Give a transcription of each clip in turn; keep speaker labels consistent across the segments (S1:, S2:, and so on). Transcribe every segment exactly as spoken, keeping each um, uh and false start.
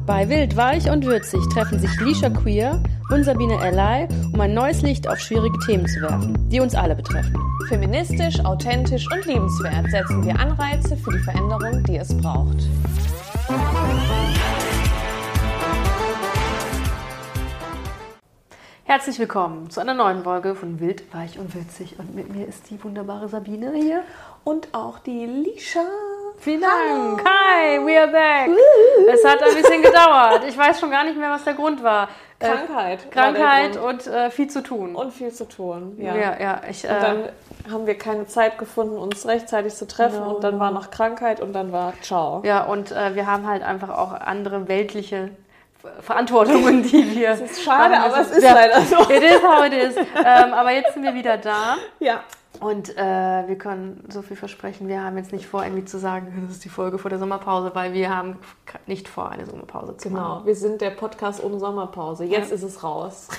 S1: Bei Wild, Weich und Würzig treffen sich Lisha Queer und Sabine Ellay, um ein neues Licht auf schwierige Themen zu werfen, die uns alle betreffen.
S2: Feministisch, authentisch und liebenswert setzen wir Anreize für die Veränderung, die es braucht.
S1: Herzlich willkommen zu einer neuen Folge von Wild, Weich und Würzig. Und mit mir ist die wunderbare Sabine hier.
S2: Und auch die Lisha.
S1: Vielen Dank. Hi, we are back. Woo. Es hat ein bisschen gedauert. Ich weiß schon gar nicht mehr, was der Grund war.
S2: Krankheit.
S1: Äh, Krankheit und äh, viel zu tun.
S2: Und viel zu tun, ja.
S1: ja, ja ich, äh,
S2: und dann haben wir keine Zeit gefunden, uns rechtzeitig zu treffen.
S1: No.
S2: Und dann war noch Krankheit und dann war ciao.
S1: Ja, und äh, wir haben halt einfach auch andere weltliche Verantwortungen, die wir...
S2: Das ist schade,
S1: haben.
S2: aber es ist
S1: ja,
S2: leider so.
S1: It is how it is. ähm, aber jetzt sind wir wieder da.
S2: Ja.
S1: Und äh, wir können so viel versprechen. Wir haben jetzt nicht vor, irgendwie zu sagen, das ist die Folge vor der Sommerpause, weil wir haben nicht vor, eine Sommerpause zu
S2: genau.
S1: machen.
S2: Genau, wir sind der Podcast ohne Sommerpause. Jetzt ja. ist es raus.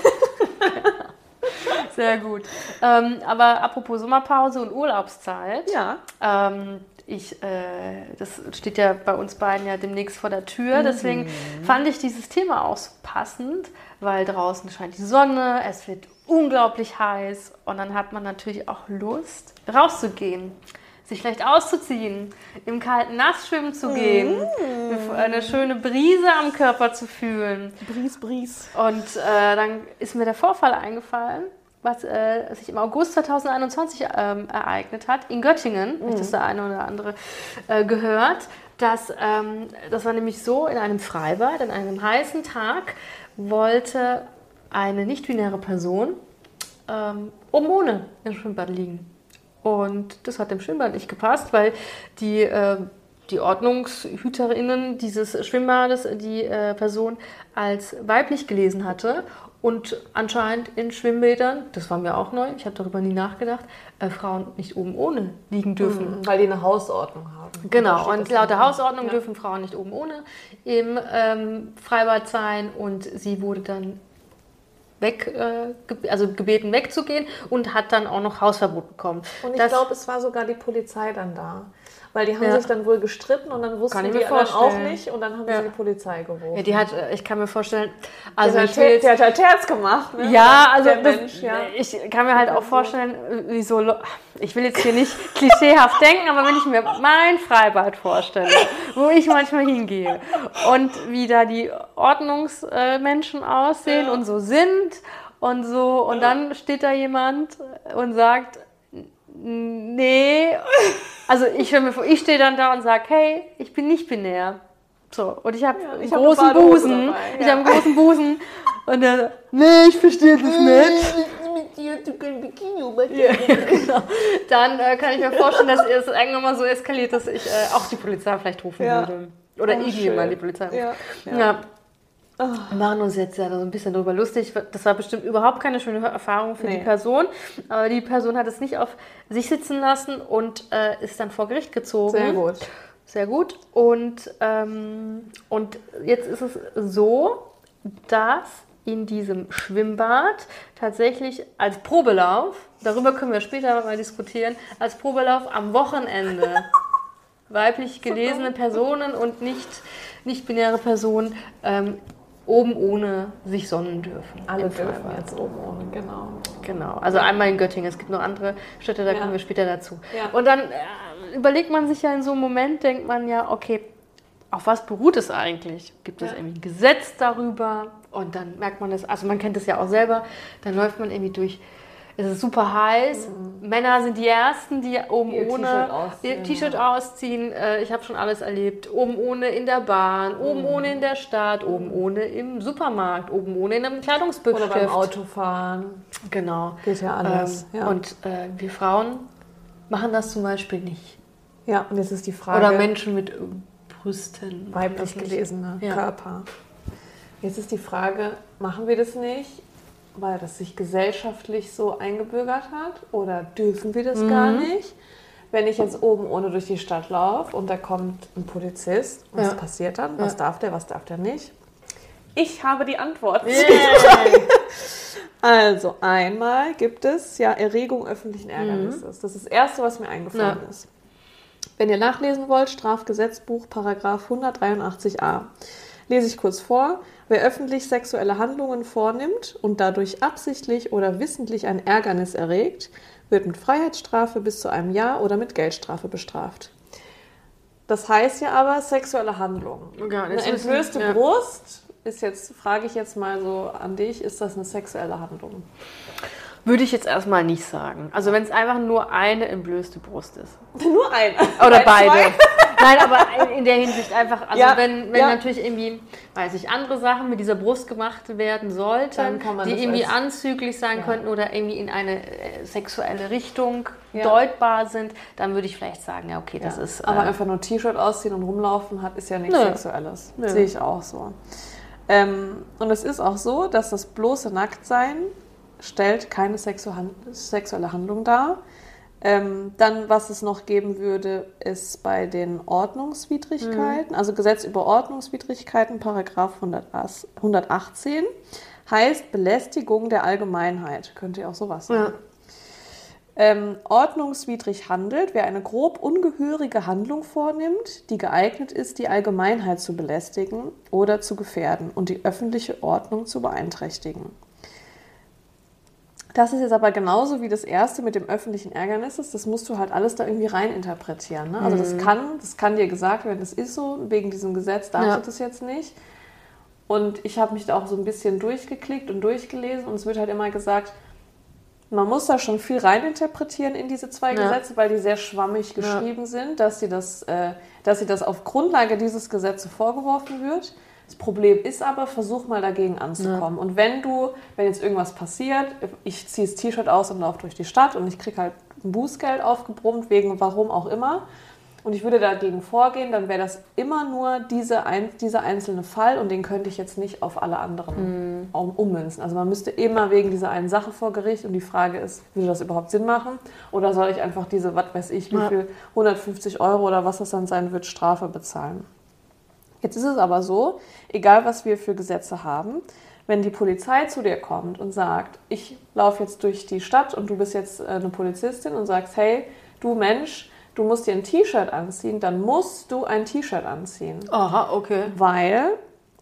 S1: Sehr gut. Ähm, aber apropos Sommerpause und Urlaubszeit.
S2: Ja.
S1: Ähm, ich, äh, das steht ja bei uns beiden ja demnächst vor der Tür. Mhm. Deswegen fand ich dieses Thema auch so passend, weil draußen scheint die Sonne, es wird unglaublich heiß und dann hat man natürlich auch Lust, rauszugehen, sich vielleicht auszuziehen, im kalten Nass schwimmen zu gehen, mm. eine schöne Brise am Körper zu fühlen.
S2: Bries, Bries.
S1: Und äh, dann ist mir der Vorfall eingefallen, was äh, sich im August zweitausendeinundzwanzig ähm, ereignet hat, in Göttingen, mm. vielleicht das der eine oder andere äh, gehört, dass, ähm, das war nämlich so, in einem Freibad, an einem heißen Tag, wollte eine nicht-binäre Person ähm, oben ohne im Schwimmbad liegen. Und das hat dem Schwimmbad nicht gepasst, weil die, äh, die Ordnungshüterinnen dieses Schwimmbades die äh, Person als weiblich gelesen hatte und anscheinend in Schwimmbädern, das war mir auch neu, ich habe darüber nie nachgedacht, äh, Frauen nicht oben ohne liegen dürfen.
S2: Mhm, weil die eine Hausordnung haben.
S1: Genau, und laut der Hausordnung
S2: ja.
S1: dürfen Frauen nicht oben ohne im ähm, Freibad sein und sie wurde dann weg, äh, also gebeten wegzugehen und hat dann auch noch Hausverbot bekommen.
S2: Und ich glaube, es war sogar die Polizei dann da. Weil die haben
S1: ja.
S2: sich dann wohl gestritten und dann wussten die dann auch nicht und dann haben ja. sie die Polizei gerufen.
S1: Ja, die hat, ich kann mir vorstellen, also
S2: der,
S1: ich
S2: hat,
S1: will jetzt,
S2: der hat halt Terz gemacht. Ne?
S1: Ja, also
S2: der
S1: das,
S2: Mensch, ja.
S1: ich kann mir halt auch vorstellen, wie so, ich will jetzt hier nicht klischeehaft denken, aber wenn ich mir mein Freibad vorstelle, wo ich manchmal hingehe und wie da die Ordnungsmenschen aussehen
S2: ja.
S1: und so sind und so und dann steht da jemand und sagt, nee, also ich höre mir vor, ich stehe dann da und sage, hey, ich bin nicht binär. So, und ich habe
S2: ja,
S1: einen
S2: ich
S1: großen
S2: hab
S1: Busen.
S2: dabei,
S1: ich
S2: ja.
S1: habe einen großen Busen. Und der, nee, ich verstehe das nicht. Ja, genau. Dann äh, kann ich mir vorstellen, dass es irgendwann mal so eskaliert, dass ich äh, auch die Polizei vielleicht rufen ja. würde. Oder oh, irgendjemand die Polizei ruft.
S2: Ja.
S1: Ja. Ja. Oh. Wir machen uns jetzt ja so ein bisschen darüber lustig. Das war bestimmt überhaupt keine schöne Erfahrung für nee. die Person. Aber die Person hat es nicht auf sich sitzen lassen und äh, ist dann vor Gericht gezogen.
S2: Sehr gut.
S1: Sehr gut. Und, ähm, und jetzt ist es so, dass in diesem Schwimmbad tatsächlich als Probelauf, darüber können wir später mal diskutieren, als Probelauf am Wochenende weiblich gelesene Personen und nicht, nicht-binäre Personen ähm, oben ohne sich sonnen dürfen.
S2: Alle dürfen jetzt oben ohne, genau.
S1: Genau, also einmal in Göttingen, es gibt noch andere Städte, da
S2: ja.
S1: kommen wir später dazu.
S2: Ja.
S1: Und dann äh, überlegt man sich ja in so einem Moment, denkt man ja, okay, auf was beruht es eigentlich? Gibt es ja. irgendwie ein Gesetz darüber? Und dann merkt man das, also man kennt das ja auch selber, dann läuft man irgendwie durch, es ist super heiß, mhm. Männer sind die Ersten, die oben
S2: ihr
S1: ohne
S2: ihr
S1: T-Shirt ausziehen, ich habe schon alles erlebt, oben ohne in der Bahn, mhm. oben ohne in der Stadt, oben ohne im Supermarkt, oben ohne in einem Kleidungsgeschäft.
S2: Oder beim Autofahren.
S1: Genau.
S2: Geht ja alles.
S1: Ähm,
S2: ja.
S1: Und äh, wir Frauen machen das zum Beispiel nicht.
S2: Ja, und jetzt ist die Frage...
S1: Oder Menschen mit Brüsten.
S2: Weiblich gelesene
S1: ja.
S2: Körper. Jetzt ist die Frage, machen wir das nicht, weil das sich gesellschaftlich so eingebürgert hat? Oder dürfen wir das mhm. gar nicht? Wenn ich jetzt oben ohne durch die Stadt laufe und da kommt ein Polizist, was ja. passiert dann? Was ja. darf der, was darf der nicht? Ich habe die Antwort.
S1: Yeah.
S2: Also, einmal gibt es ja Erregung öffentlichen Ärgernisses. Mhm. Das ist das Erste, was mir eingefallen ja. ist. Wenn ihr nachlesen wollt, Strafgesetzbuch, Paragraph hundertdreiundachtzig a. Lese ich kurz vor. Wer öffentlich sexuelle Handlungen vornimmt und dadurch absichtlich oder wissentlich ein Ärgernis erregt, wird mit Freiheitsstrafe bis zu einem Jahr oder mit Geldstrafe bestraft. Das heißt ja aber sexuelle Handlung.
S1: Ja,
S2: eine entblößte ja. Brust ist jetzt, frage ich jetzt mal so an dich, ist das eine sexuelle Handlung?
S1: Würde ich jetzt erstmal nicht sagen. Also wenn es einfach nur eine entblößte Brust ist.
S2: Nur eine?
S1: Oder ein, beide. Zwei? Nein, aber in der Hinsicht einfach, also
S2: ja,
S1: wenn, wenn
S2: ja.
S1: natürlich irgendwie, weiß ich, andere Sachen mit dieser Brust gemacht werden sollten, die irgendwie anzüglich sein ja. könnten oder irgendwie in eine äh, sexuelle Richtung ja. deutbar sind, dann würde ich vielleicht sagen, ja okay, das
S2: ja.
S1: ist... Äh,
S2: aber einfach nur T-Shirt ausziehen und rumlaufen hat, ist ja nichts
S1: nö.
S2: Sexuelles.
S1: Nö.
S2: Sehe ich auch so. Ähm, und es ist auch so, dass das bloße Nacktsein stellt keine sexuelle Handlung dar. Ähm, dann, was es noch geben würde, ist bei den Ordnungswidrigkeiten, mhm. also Gesetz über Ordnungswidrigkeiten, Paragraph hundertachtzehn, heißt Belästigung der Allgemeinheit. Könnte ja auch sowas sein. Ja. Ähm, ordnungswidrig handelt, wer eine grob ungehörige Handlung vornimmt, die geeignet ist, die Allgemeinheit zu belästigen oder zu gefährden und die öffentliche Ordnung zu beeinträchtigen. Das ist jetzt aber genauso wie das erste mit dem öffentlichen Ärgernis. Das musst du halt alles da irgendwie reininterpretieren. Ne? Also das kann, das kann dir gesagt werden, das ist so, wegen diesem Gesetz darfst ja. du das jetzt nicht. Und ich habe mich da auch so ein bisschen durchgeklickt und durchgelesen und es wird halt immer gesagt, man muss da schon viel reininterpretieren in diese zwei ja. Gesetze, weil die sehr schwammig geschrieben ja. sind, dass sie das, äh, dass sie das auf Grundlage dieses Gesetzes vorgeworfen wird. Das Problem ist aber, versuch mal dagegen anzukommen. Ja. Und wenn du, wenn jetzt irgendwas passiert, ich ziehe das T-Shirt aus und laufe durch die Stadt und ich kriege halt ein Bußgeld aufgebrummt, wegen warum auch immer, und ich würde dagegen vorgehen, dann wäre das immer nur diese ein, dieser einzelne Fall und den könnte ich jetzt nicht auf alle anderen mhm. ummünzen. Also man müsste immer wegen dieser einen Sache vor Gericht und die Frage ist, würde das überhaupt Sinn machen? Oder soll ich einfach diese, was weiß ich, wie ja. viel, hundertfünfzig Euro oder was das dann sein wird, Strafe bezahlen? Jetzt ist es aber so, egal was wir für Gesetze haben, wenn die Polizei zu dir kommt und sagt, ich laufe jetzt durch die Stadt und du bist jetzt eine Polizistin und sagst, hey, du Mensch, du musst dir ein T-Shirt anziehen, dann musst du ein T-Shirt anziehen.
S1: Aha, okay.
S2: Weil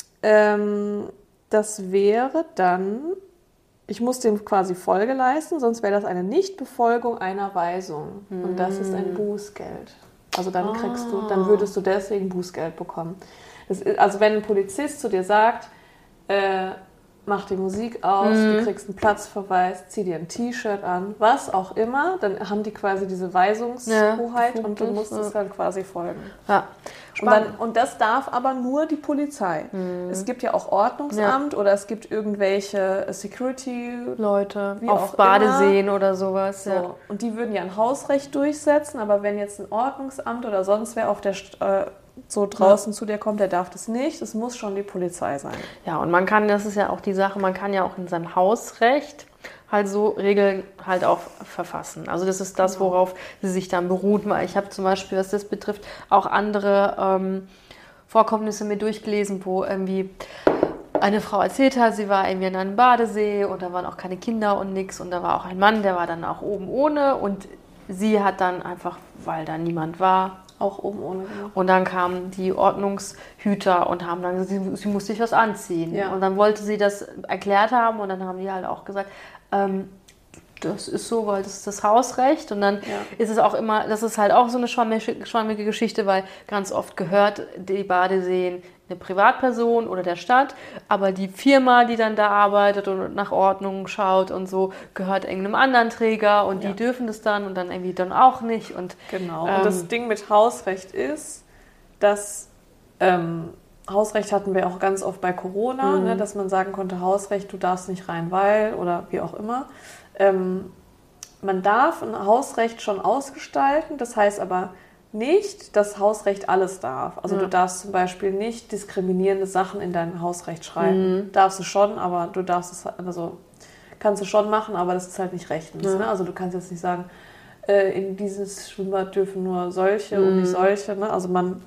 S2: ähm, das wäre dann, ich muss dem quasi Folge leisten, sonst wäre das eine Nichtbefolgung einer Weisung. Hm. Und das ist ein Bußgeld. Also dann kriegst ah. du, dann würdest du deswegen Bußgeld bekommen. Das ist, also wenn ein Polizist zu dir sagt, äh, mach die Musik aus, mhm. du kriegst einen Platzverweis, zieh dir ein T-Shirt an, was auch immer, dann haben die quasi diese Weisungshoheit ja, und du musst ja. es dann quasi folgen.
S1: Ja.
S2: Und, dann, und das darf aber nur die Polizei. Mhm. Es gibt ja auch Ordnungsamt ja. oder es gibt irgendwelche Security-Leute,
S1: wie auf auch Badeseen immer. Oder sowas.
S2: So.
S1: Ja.
S2: Und die würden ja ein Hausrecht durchsetzen, aber wenn jetzt ein Ordnungsamt oder sonst wer auf der äh, so draußen ja. zu dir kommt, der darf das nicht. Es muss schon die Polizei sein.
S1: Ja, und man kann, das ist ja auch die Sache, man kann ja auch in seinem Hausrecht halt so Regeln halt auch verfassen. Also das ist das, worauf sie sich dann beruht. Ich habe zum Beispiel, was das betrifft, auch andere ähm, Vorkommnisse mir durchgelesen, wo irgendwie eine Frau erzählt hat, sie war irgendwie in einem Badesee und da waren auch keine Kinder und nix und da war auch ein Mann, der war dann auch oben ohne und sie hat dann einfach, weil da niemand war, auch oben ohne gemacht. Und dann kamen die Ordnungshüter und haben dann gesagt, sie, sie muss sich was anziehen. Ja. Und dann wollte sie das erklärt haben und dann haben die halt auch gesagt, ähm, das ist so, weil das ist das Hausrecht. Und dann ja. ist es auch immer, das ist halt auch so eine schwammige, schwammige Geschichte, weil ganz oft gehört die Badeseen eine Privatperson oder der Stadt, aber die Firma, die dann da arbeitet und nach Ordnung schaut und so, gehört irgendeinem anderen Träger und ja. die dürfen das dann und dann irgendwie dann auch nicht. Und,
S2: genau.
S1: Ähm,
S2: und das Ding mit Hausrecht ist, dass ähm, Hausrecht hatten wir auch ganz oft bei Corona, mhm. ne, dass man sagen konnte, Hausrecht, du darfst nicht rein, weil oder wie auch immer. Ähm, man darf ein Hausrecht schon ausgestalten, das heißt aber nicht, dass Hausrecht alles darf. Also ja. du darfst zum Beispiel nicht diskriminierende Sachen in dein Hausrecht schreiben. Mhm. Darfst du schon, aber du darfst es, also kannst du schon machen, aber das ist halt nicht rechtens. Ja. Ne? Also du kannst jetzt nicht sagen, äh, in dieses Schwimmbad dürfen nur solche mhm. und nicht solche. Ne? Also man,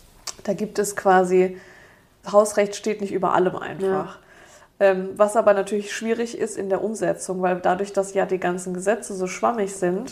S2: da gibt es quasi, Hausrecht steht nicht über allem einfach. Ja. Ähm, was aber natürlich schwierig ist in der Umsetzung, weil dadurch, dass ja die ganzen Gesetze so schwammig sind,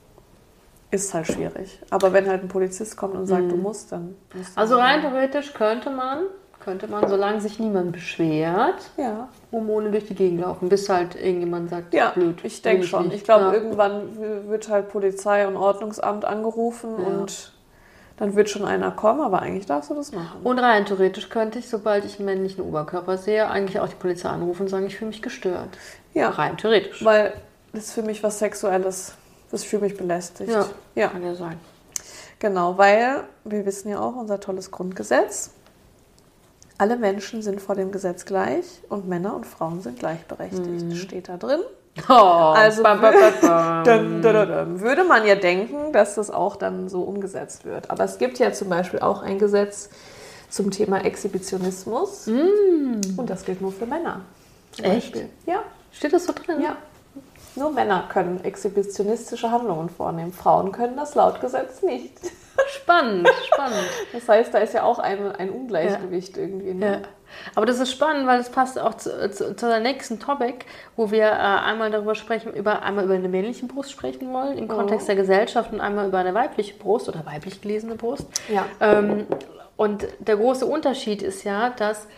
S2: ist halt schwierig. Aber wenn halt ein Polizist kommt und sagt, mhm. du musst, dann musst du.
S1: Also rein theoretisch könnte man, Könnte man, solange sich niemand beschwert,
S2: Ja.
S1: um ohne durch die Gegend laufen, bis halt irgendjemand sagt,
S2: Ja,
S1: blöd.
S2: ich denke
S1: will
S2: schon.
S1: nicht.
S2: Ich glaube,
S1: Ja.
S2: irgendwann w- wird halt Polizei und Ordnungsamt angerufen
S1: Ja.
S2: und dann wird schon einer kommen, aber eigentlich darfst du das machen.
S1: Und rein theoretisch könnte ich, sobald ich einen männlichen Oberkörper sehe, eigentlich auch die Polizei anrufen und sagen, ich fühle mich gestört.
S2: Ja,
S1: Rein theoretisch.
S2: weil das ist für mich was Sexuelles, das fühlt mich belästigt.
S1: Ja,
S2: ja,
S1: kann ja sein.
S2: genau, weil wir wissen ja auch, unser tolles Grundgesetz, alle Menschen sind vor dem Gesetz gleich und Männer und Frauen sind gleichberechtigt.
S1: Mhm.
S2: Das steht da drin.
S1: Oh,
S2: Also
S1: bam, bam, bam, bam.
S2: Dum, dum, dum, dum. Würde man ja denken, dass das auch dann so umgesetzt wird. Aber es gibt ja zum Beispiel auch ein Gesetz zum Thema Exhibitionismus.
S1: Mm.
S2: Und das gilt nur für Männer. zum
S1: Echt?
S2: Beispiel. Ja,
S1: Steht das so drin?
S2: ja. Nur Männer können exhibitionistische Handlungen vornehmen. Frauen können das laut Gesetz nicht.
S1: Spannend, spannend.
S2: Das heißt, da ist ja auch ein, ein Ungleichgewicht irgendwie. Ne?
S1: Ja. Aber das ist spannend, weil es passt auch zu, zu, zu der nächsten Topic, wo wir äh, einmal darüber sprechen, über, einmal über eine männliche Brust sprechen wollen, im Kontext der Gesellschaft und einmal über eine weibliche Brust oder weiblich gelesene Brust.
S2: Ja.
S1: Ähm, und der große Unterschied ist ja, dass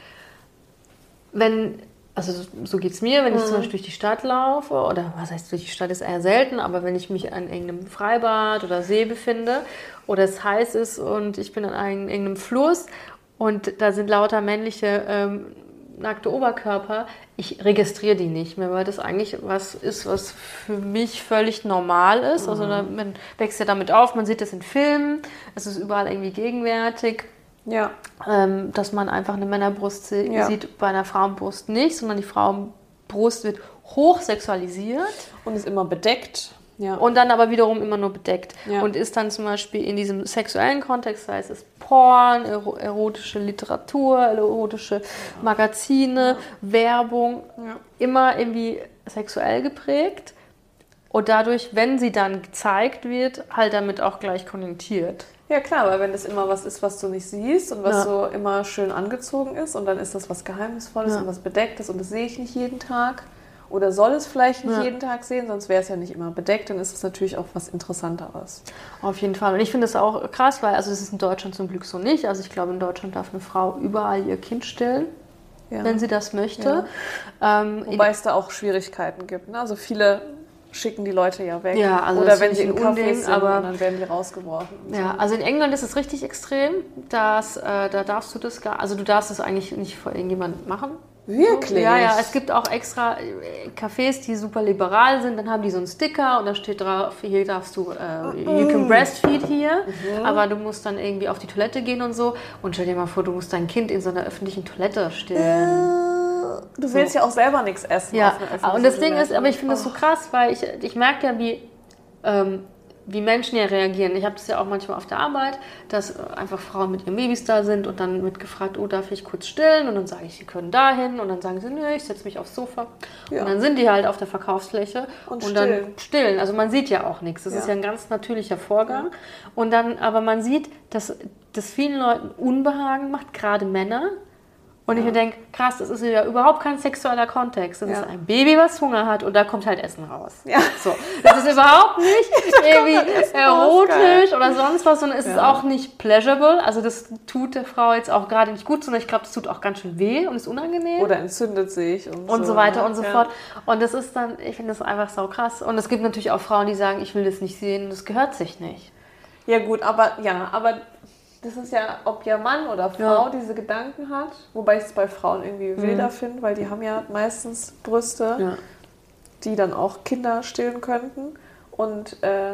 S1: wenn, also so, so geht es mir, wenn ich zum Beispiel durch die Stadt laufe, oder was heißt durch die Stadt ist eher selten, aber wenn ich mich an irgendeinem Freibad oder See befinde oder es heiß ist und ich bin an einem, irgendeinem Fluss und da sind lauter männliche ähm, nackte Oberkörper, ich registriere die nicht mehr, weil das eigentlich was ist, was für mich völlig normal ist. Also da, man wächst ja damit auf, man sieht das in Filmen, es ist überall irgendwie gegenwärtig.
S2: Ja.
S1: Ähm, dass man einfach eine Männerbrust se-
S2: Ja.
S1: sieht, bei einer Frauenbrust nicht, sondern die Frauenbrust wird hochsexualisiert
S2: Und ist immer bedeckt. Ja.
S1: und dann aber wiederum immer nur bedeckt.
S2: Ja.
S1: Und ist dann zum Beispiel in diesem sexuellen Kontext, sei es Porn, ero- erotische Literatur, erotische Magazine, Werbung,
S2: Ja.
S1: immer irgendwie sexuell geprägt. Und dadurch, wenn sie dann gezeigt wird, halt damit auch gleich konnotiert.
S2: Ja klar, weil wenn das immer was ist, was du nicht siehst und was
S1: Ja.
S2: so immer schön angezogen ist und dann ist das was Geheimnisvolles
S1: Ja.
S2: und was Bedecktes und das sehe ich nicht jeden Tag oder soll es vielleicht nicht
S1: Ja.
S2: jeden Tag sehen, sonst wäre es ja nicht immer bedeckt, dann ist es natürlich auch was Interessanteres.
S1: Auf jeden Fall. Und ich finde es auch krass, weil, also es ist in Deutschland zum Glück so nicht. Also ich glaube, in Deutschland darf eine Frau überall ihr Kind stillen,
S2: Ja.
S1: wenn sie das möchte. Ähm, in-
S2: Wobei es da auch Schwierigkeiten gibt. Ne? Also viele schicken die Leute ja weg.
S1: Ja, also
S2: oder
S1: das
S2: wenn
S1: finde
S2: sie
S1: ich
S2: in
S1: ein
S2: Cafés
S1: Unding,
S2: sind
S1: aber-
S2: und dann werden die rausgeworfen. und
S1: ja,
S2: so.
S1: also in England ist es richtig extrem. Dass, äh, da darfst du das gar, also du darfst es eigentlich nicht vor irgendjemandem machen.
S2: Wirklich?
S1: Ja, ja, es gibt auch extra äh, Cafés, die super liberal sind, dann haben die so einen Sticker und da steht drauf, hier darfst du, äh, you can breastfeed hier, aber du musst dann irgendwie auf die Toilette gehen und so. Und stell dir mal vor, du musst dein Kind in so einer öffentlichen Toilette stillen.
S2: Du willst ja auch selber nichts essen.
S1: Ja,
S2: auf einer öffentlichen
S1: und das Ding ist,
S2: Toilette.
S1: aber ich finde das so krass, weil ich, ich merke ja, wie, ähm, wie Menschen ja reagieren. Ich habe das ja auch manchmal auf der Arbeit, dass äh, einfach Frauen mit ihren Babys da sind und dann wird gefragt, oh, darf ich kurz stillen? Und dann sage ich, sie können dahin. Und dann sagen sie, nö, ich setze mich aufs Sofa.
S2: Ja.
S1: Und dann sind die halt auf der Verkaufsfläche
S2: Und
S1: und, dann
S2: stillen.
S1: stillen. Also man sieht ja auch nichts. Das
S2: Ja.
S1: ist ja ein ganz natürlicher Vorgang. Und dann, aber man sieht, dass das vielen Leuten Unbehagen macht, gerade Männer. Und ich mir denke, krass, das ist ja überhaupt kein sexueller Kontext. Das
S2: Ja.
S1: ist ein Baby, was Hunger hat und da kommt halt Essen raus.
S2: Ja.
S1: So. Das ist überhaupt nicht irgendwie
S2: Essen raus,
S1: erotisch oder sonst was, sondern es ist
S2: Ja.
S1: auch nicht pleasurable. Also das tut der Frau jetzt auch gerade nicht gut, sondern ich glaube, das tut auch ganz schön weh und ist unangenehm.
S2: Oder entzündet sich und,
S1: und so weiter
S2: ne?
S1: und so
S2: Ja.
S1: fort. Und das ist dann, ich finde das einfach so krass. Und es gibt natürlich auch Frauen, die sagen, ich will das nicht sehen, das gehört sich nicht.
S2: Ja gut, aber ja, aber das ist ja, ob ja Mann oder Frau
S1: Ja.
S2: diese Gedanken hat, wobei ich es bei Frauen irgendwie wilder finde, weil die haben ja meistens Brüste,
S1: Ja.
S2: die dann auch Kinder stillen könnten. Und äh,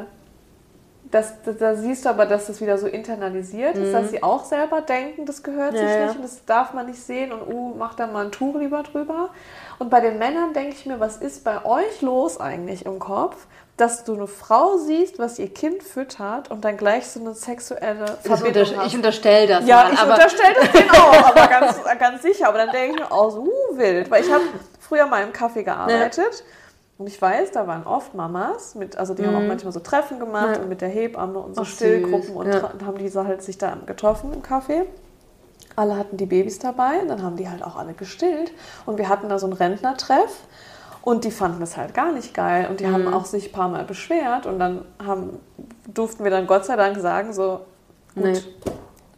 S2: das, das, da siehst du aber, dass das wieder so internalisiert ist, dass sie auch selber denken, das gehört
S1: Ja,
S2: sich
S1: ja.
S2: nicht und das darf man nicht sehen und uh, mach da mal ein Tuch lieber drüber. Und bei den Männern denke ich mir, was ist bei euch los eigentlich im Kopf, dass du eine Frau siehst, was ihr Kind füttert und dann gleich so eine sexuelle Verbindung
S1: Ich, unter,
S2: hast.
S1: ich unterstelle das
S2: Ja,
S1: mal.
S2: ich
S1: aber
S2: unterstelle das denen auch, aber ganz, ganz sicher. Aber dann denke ich mir, oh, so wild. Weil ich habe früher mal im Café gearbeitet und ich weiß, da waren oft Mamas, mit, also die haben auch manchmal so Treffen gemacht
S1: Ja.
S2: und mit der Hebamme und so
S1: Ach,
S2: Stillgruppen
S1: süß.
S2: und
S1: Ja.
S2: tra- haben diese halt sich da getroffen im Café. Alle hatten die Babys dabei und dann haben die halt auch alle gestillt. Und wir hatten da so einen Rentnertreff. Und die fanden das halt gar nicht geil. Und die haben auch sich ein paar Mal beschwert. Und dann haben, durften wir dann Gott sei Dank sagen, so, gut,
S1: Nee.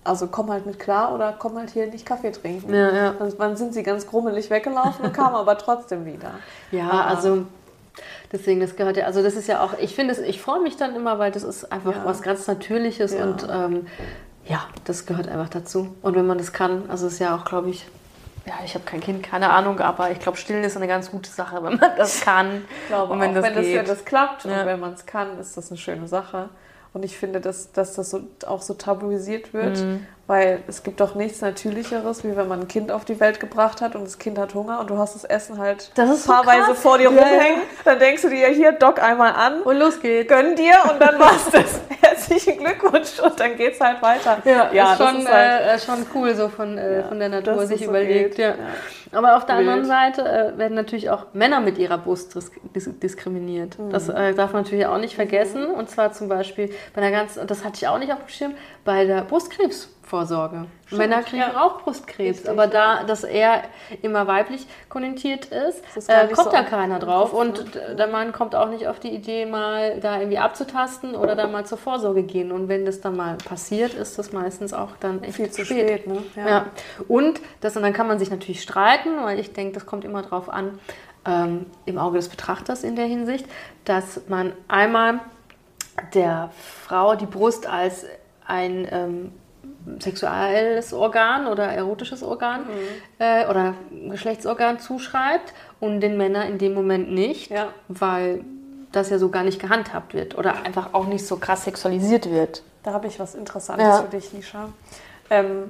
S2: also komm halt mit klar oder komm halt hier nicht Kaffee trinken.
S1: Ja, ja.
S2: Dann, dann sind sie ganz grummelig weggelaufen und kamen aber trotzdem wieder.
S1: Ja,
S2: ah.
S1: also deswegen, das gehört ja, also das ist ja auch, ich finde es, ich freue mich dann immer, weil das ist einfach
S2: Ja.
S1: was ganz Natürliches
S2: Ja.
S1: und ähm, ja, das gehört einfach dazu. Und wenn man das kann, also es ist ja auch, glaube ich, ja, ich habe kein Kind, keine Ahnung, aber ich glaube, stillen ist eine ganz gute Sache, wenn man das kann.
S2: Ich glaube,
S1: und wenn
S2: auch
S1: das
S2: wenn das,
S1: geht.
S2: ja, das klappt
S1: Ja.
S2: und wenn man es kann, ist das eine schöne Sache. Und ich finde, dass, dass das so, auch so tabuisiert wird,
S1: Mhm.
S2: weil es gibt doch nichts Natürlicheres, wie wenn man ein Kind auf die Welt gebracht hat und das Kind hat Hunger und du hast das Essen halt
S1: Das ist so
S2: paarweise
S1: krass.
S2: vor dir
S1: Ja,
S2: rumhängen. Dann denkst du dir, hier, dock einmal an,
S1: Und los geht's.
S2: gönn dir und dann war's das. Herzlichen Glückwunsch und dann geht's halt weiter.
S1: Ja,
S2: ja
S1: ist,
S2: das
S1: schon,
S2: ist halt,
S1: äh, schon cool, so von, äh,
S2: Ja,
S1: von der Natur
S2: dass
S1: sich
S2: es so
S1: überlegt.
S2: geht.
S1: Ja.
S2: Ja.
S1: Aber auf der
S2: Wild.
S1: anderen Seite äh, werden natürlich auch Männer mit ihrer Brust dis dis diskriminiert.
S2: Mhm.
S1: Das äh, darf man natürlich auch nicht vergessen. Und zwar zum Beispiel bei der ganzen, das hatte ich auch nicht auf dem Schirm, bei der Brustkrebsvorsorge.
S2: Stimmt,
S1: Männer kriegen
S2: ja.
S1: auch Brustkrebs,
S2: Richtig,
S1: aber da das eher immer weiblich konnotiert ist,
S2: Das ist gar
S1: äh,
S2: nicht
S1: kommt
S2: so
S1: da
S2: im-
S1: keiner
S2: im
S1: drauf.
S2: Kopf,
S1: Und
S2: ne?
S1: der Mann kommt auch nicht auf die Idee, mal da irgendwie abzutasten oder da mal zur Vorsorge gehen. Und wenn das dann mal passiert, ist das meistens auch dann echt
S2: viel zu spät. Ne?
S1: ja. Und, das, und dann kann man sich natürlich streiten, weil ich denke, das kommt immer drauf an, ähm, im Auge des Betrachters in der Hinsicht, dass man einmal der Frau die Brust als ein ähm, sexuelles Organ oder erotisches Organ
S2: Mhm.
S1: äh, oder Geschlechtsorgan zuschreibt und den Männern in dem Moment nicht,
S2: Ja.
S1: weil das ja so gar nicht gehandhabt wird oder einfach auch nicht so krass sexualisiert wird.
S2: Da habe ich was Interessantes
S1: Ja.
S2: für dich, Nisha. Ähm,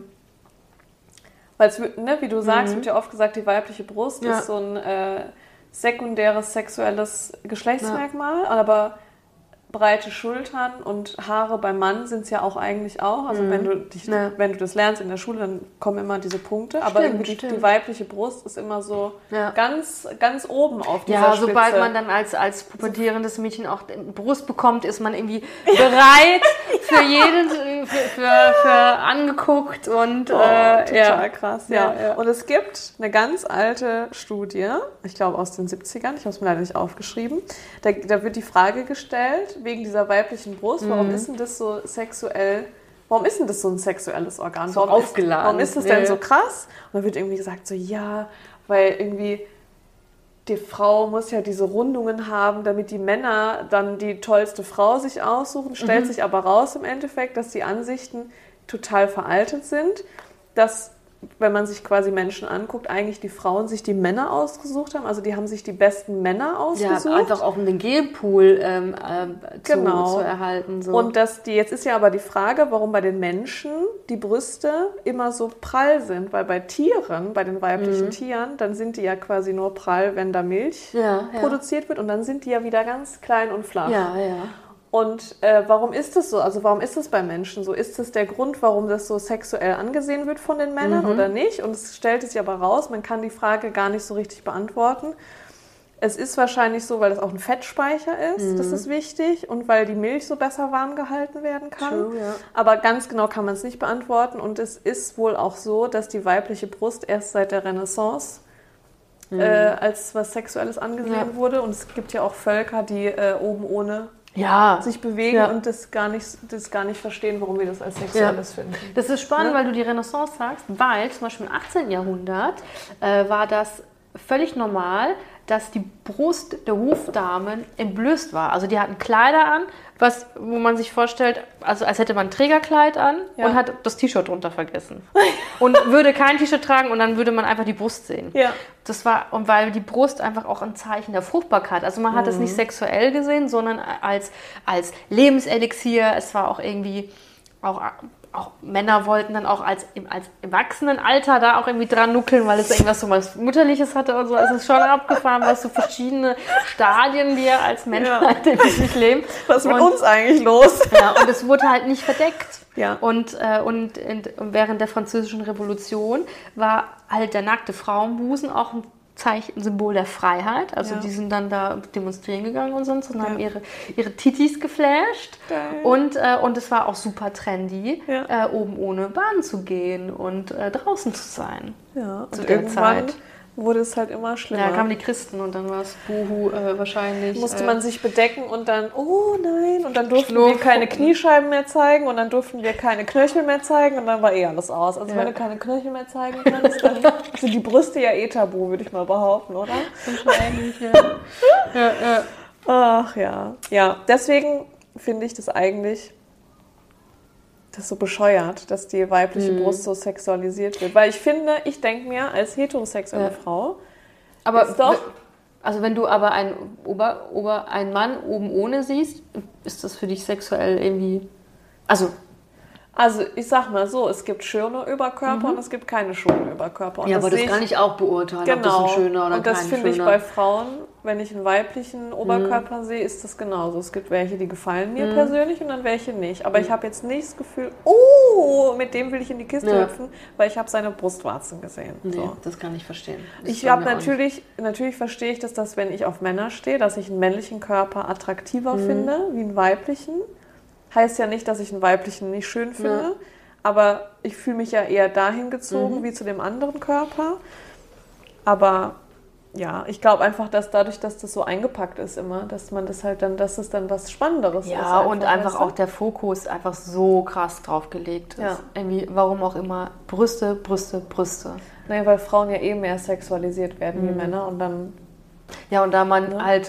S2: Weil es, ne, wie du sagst,
S1: Mhm.
S2: wird ja oft gesagt, die weibliche Brust
S1: Ja.
S2: ist so ein äh, sekundäres sexuelles Geschlechtsmerkmal, aber breite Schultern und Haare beim Mann sind es ja auch eigentlich auch. Also
S1: Mhm.
S2: wenn du dich,
S1: Ja.
S2: wenn du das lernst in der Schule, dann kommen immer diese Punkte. Aber
S1: Stimmt,
S2: irgendwie die,
S1: stimmt.
S2: die weibliche Brust ist immer so
S1: Ja.
S2: ganz, ganz oben auf dieser
S1: Ja,
S2: Spitze.
S1: sobald man dann als, als pubertierendes Mädchen auch Brust bekommt, ist man irgendwie bereit für jeden, für, für, für angeguckt und
S2: Oh,
S1: äh,
S2: total
S1: ja.
S2: krass, ja.
S1: Ja, ja.
S2: Und es gibt eine ganz alte Studie, ich glaube aus den siebzigern, ich habe es mir leider nicht aufgeschrieben, da, da wird die Frage gestellt, wegen dieser weiblichen Brust, warum
S1: Mhm.
S2: ist denn das so sexuell, warum ist denn das so ein sexuelles Organ?
S1: So
S2: warum
S1: aufgeladen.
S2: Ist, warum ist das
S1: Ja,
S2: denn
S1: ja.
S2: so krass? Und dann wird irgendwie gesagt, so ja, weil irgendwie die Frau muss ja diese Rundungen haben, damit die Männer dann die tollste Frau sich aussuchen. Stellt
S1: Mhm.
S2: sich aber raus im Endeffekt, dass die Ansichten total veraltet sind, dass, wenn man sich quasi Menschen anguckt, eigentlich die Frauen sich die Männer ausgesucht haben. Also die haben sich die besten Männer
S1: Ja,
S2: ausgesucht.
S1: einfach auch um den Genpool ähm, ähm, zu,
S2: Genau.
S1: zu erhalten. So.
S2: Und dass die, jetzt ist ja aber die Frage, warum bei den Menschen die Brüste immer so prall sind. Weil bei Tieren, bei den weiblichen
S1: Mhm.
S2: Tieren, dann sind die ja quasi nur prall, wenn da Milch
S1: ja, ja.
S2: produziert wird. Und dann sind die ja wieder ganz klein und flach.
S1: Ja, ja.
S2: Und äh, warum ist das so? Also warum ist das bei Menschen so? Ist das der Grund, warum das so sexuell angesehen wird von den Männern
S1: Mhm.
S2: oder nicht? Und es stellt sich aber raus, man kann die Frage gar nicht so richtig beantworten. Es ist wahrscheinlich so, weil das auch ein Fettspeicher ist,
S1: Mhm.
S2: das ist wichtig, und weil die Milch so besser warm gehalten werden kann.
S1: True, ja.
S2: Aber ganz genau kann man es nicht beantworten. Und es ist wohl auch so, dass die weibliche Brust erst seit der Renaissance
S1: Mhm.
S2: äh, als was Sexuelles angesehen
S1: Ja.
S2: wurde. Und es gibt ja auch Völker, die äh, oben ohne
S1: Ja,
S2: sich bewegen
S1: Ja.
S2: und das gar, nicht, das gar nicht verstehen, warum wir das als Sexuelles finden.
S1: das ist spannend,
S2: Ne?
S1: weil du die Renaissance sagst, weil zum Beispiel im achtzehnten Jahrhundert äh, war das völlig normal, dass die Brust der Hofdamen entblößt war. Also die hatten Kleider an, was, wo man sich vorstellt, also als hätte man ein Trägerkleid an
S2: Ja.
S1: und hat das T-Shirt drunter vergessen. Und würde kein T-Shirt tragen und dann würde man einfach die Brust sehen.
S2: Ja.
S1: Das war, und weil die Brust einfach auch ein Zeichen der Fruchtbarkeit, also man hat es nicht sexuell gesehen, sondern als, als Lebenselixier. Es war auch irgendwie, auch, auch Männer wollten dann auch als, im- als Erwachsenenalter da auch irgendwie dran nuckeln, weil es irgendwas so was Mütterliches hatte und so. Es ist schon abgefahren, was so verschiedene Stadien wir als Menschheit wirklich leben.
S2: Was ist mit
S1: Und-
S2: uns eigentlich los?
S1: Ja, und es wurde halt nicht verdeckt.
S2: Ja.
S1: Und, äh, und, und während der Französischen Revolution war halt der nackte Frauenbusen auch ein Zeichen, ein Symbol der Freiheit. Also
S2: Ja.
S1: die sind dann da demonstrieren gegangen und sonst und haben
S2: Ja.
S1: ihre, ihre Titis geflasht.
S2: Geil.
S1: Und, äh, und es war auch super trendy,
S2: Ja.
S1: äh, oben ohne Bahn zu gehen und äh, draußen zu sein.
S2: Ja,
S1: zu
S2: und
S1: der
S2: irgendwann
S1: Zeit.
S2: wurde es halt immer schlimmer.
S1: Ja, kamen die Christen und dann war es Buhu äh, wahrscheinlich.
S2: Musste
S1: äh,
S2: man sich bedecken und dann, oh nein, und dann durften
S1: Schlurf-
S2: wir keine Kniescheiben mehr zeigen und dann durften wir keine Knöchel mehr zeigen und dann war eh alles aus. Also
S1: Ja.
S2: wenn du keine Knöchel mehr zeigen kannst, dann sind die Brüste ja eh tabu, würde ich mal behaupten, oder?
S1: Wahrscheinlich, ja. ja, ja.
S2: Ach ja. Ja, deswegen finde ich das eigentlich das ist so bescheuert, dass die weibliche
S1: Mhm.
S2: Brust so sexualisiert wird. Weil ich finde, ich denke mir als heterosexuelle
S1: Ja.
S2: Frau,
S1: Aber
S2: ist doch...
S1: Also wenn du aber einen, Ober, Ober, einen Mann oben ohne siehst, ist das für dich sexuell irgendwie... Also...
S2: Also ich sag mal so, es gibt schöne Überkörper und es gibt keine schönen Überkörper. Und
S1: ja, aber das
S2: sehe
S1: kann ich auch beurteilen, ob das
S2: genau.
S1: ein schöner oder
S2: Und das
S1: kein
S2: finde ich
S1: schöner.
S2: bei Frauen, wenn ich einen weiblichen Oberkörper sehe, ist das genauso. Es gibt welche, die gefallen mir persönlich und dann welche nicht. Aber ich habe jetzt nicht das Gefühl, oh, mit dem will ich in die Kiste
S1: Ja.
S2: hüpfen, weil ich habe seine Brustwarzen gesehen.
S1: Nee,
S2: So.
S1: das kann ich verstehen. Das
S2: Ich
S1: ist bei
S2: habe
S1: mir auch nicht.
S2: natürlich, natürlich verstehe ich, dass das, wenn ich auf Männer stehe, dass ich einen männlichen Körper attraktiver finde wie einen weiblichen. Heißt ja nicht, dass ich einen weiblichen nicht schön finde,
S1: Ja.
S2: aber ich fühle mich ja eher dahin gezogen
S1: Mhm.
S2: wie zu dem anderen Körper. Aber ja, ich glaube einfach, dass dadurch, dass das so eingepackt ist immer, dass man das halt dann, dass es dann was Spannenderes ist.
S1: Ja, und einfach
S2: weißt du?
S1: auch der Fokus einfach so krass drauf gelegt ist.
S2: Ja.
S1: Irgendwie, warum auch immer, Brüste, Brüste, Brüste.
S2: Naja, weil Frauen ja eh mehr sexualisiert werden wie
S1: Mhm.
S2: Männer und dann...
S1: Ja, und da man
S2: Ja.
S1: halt,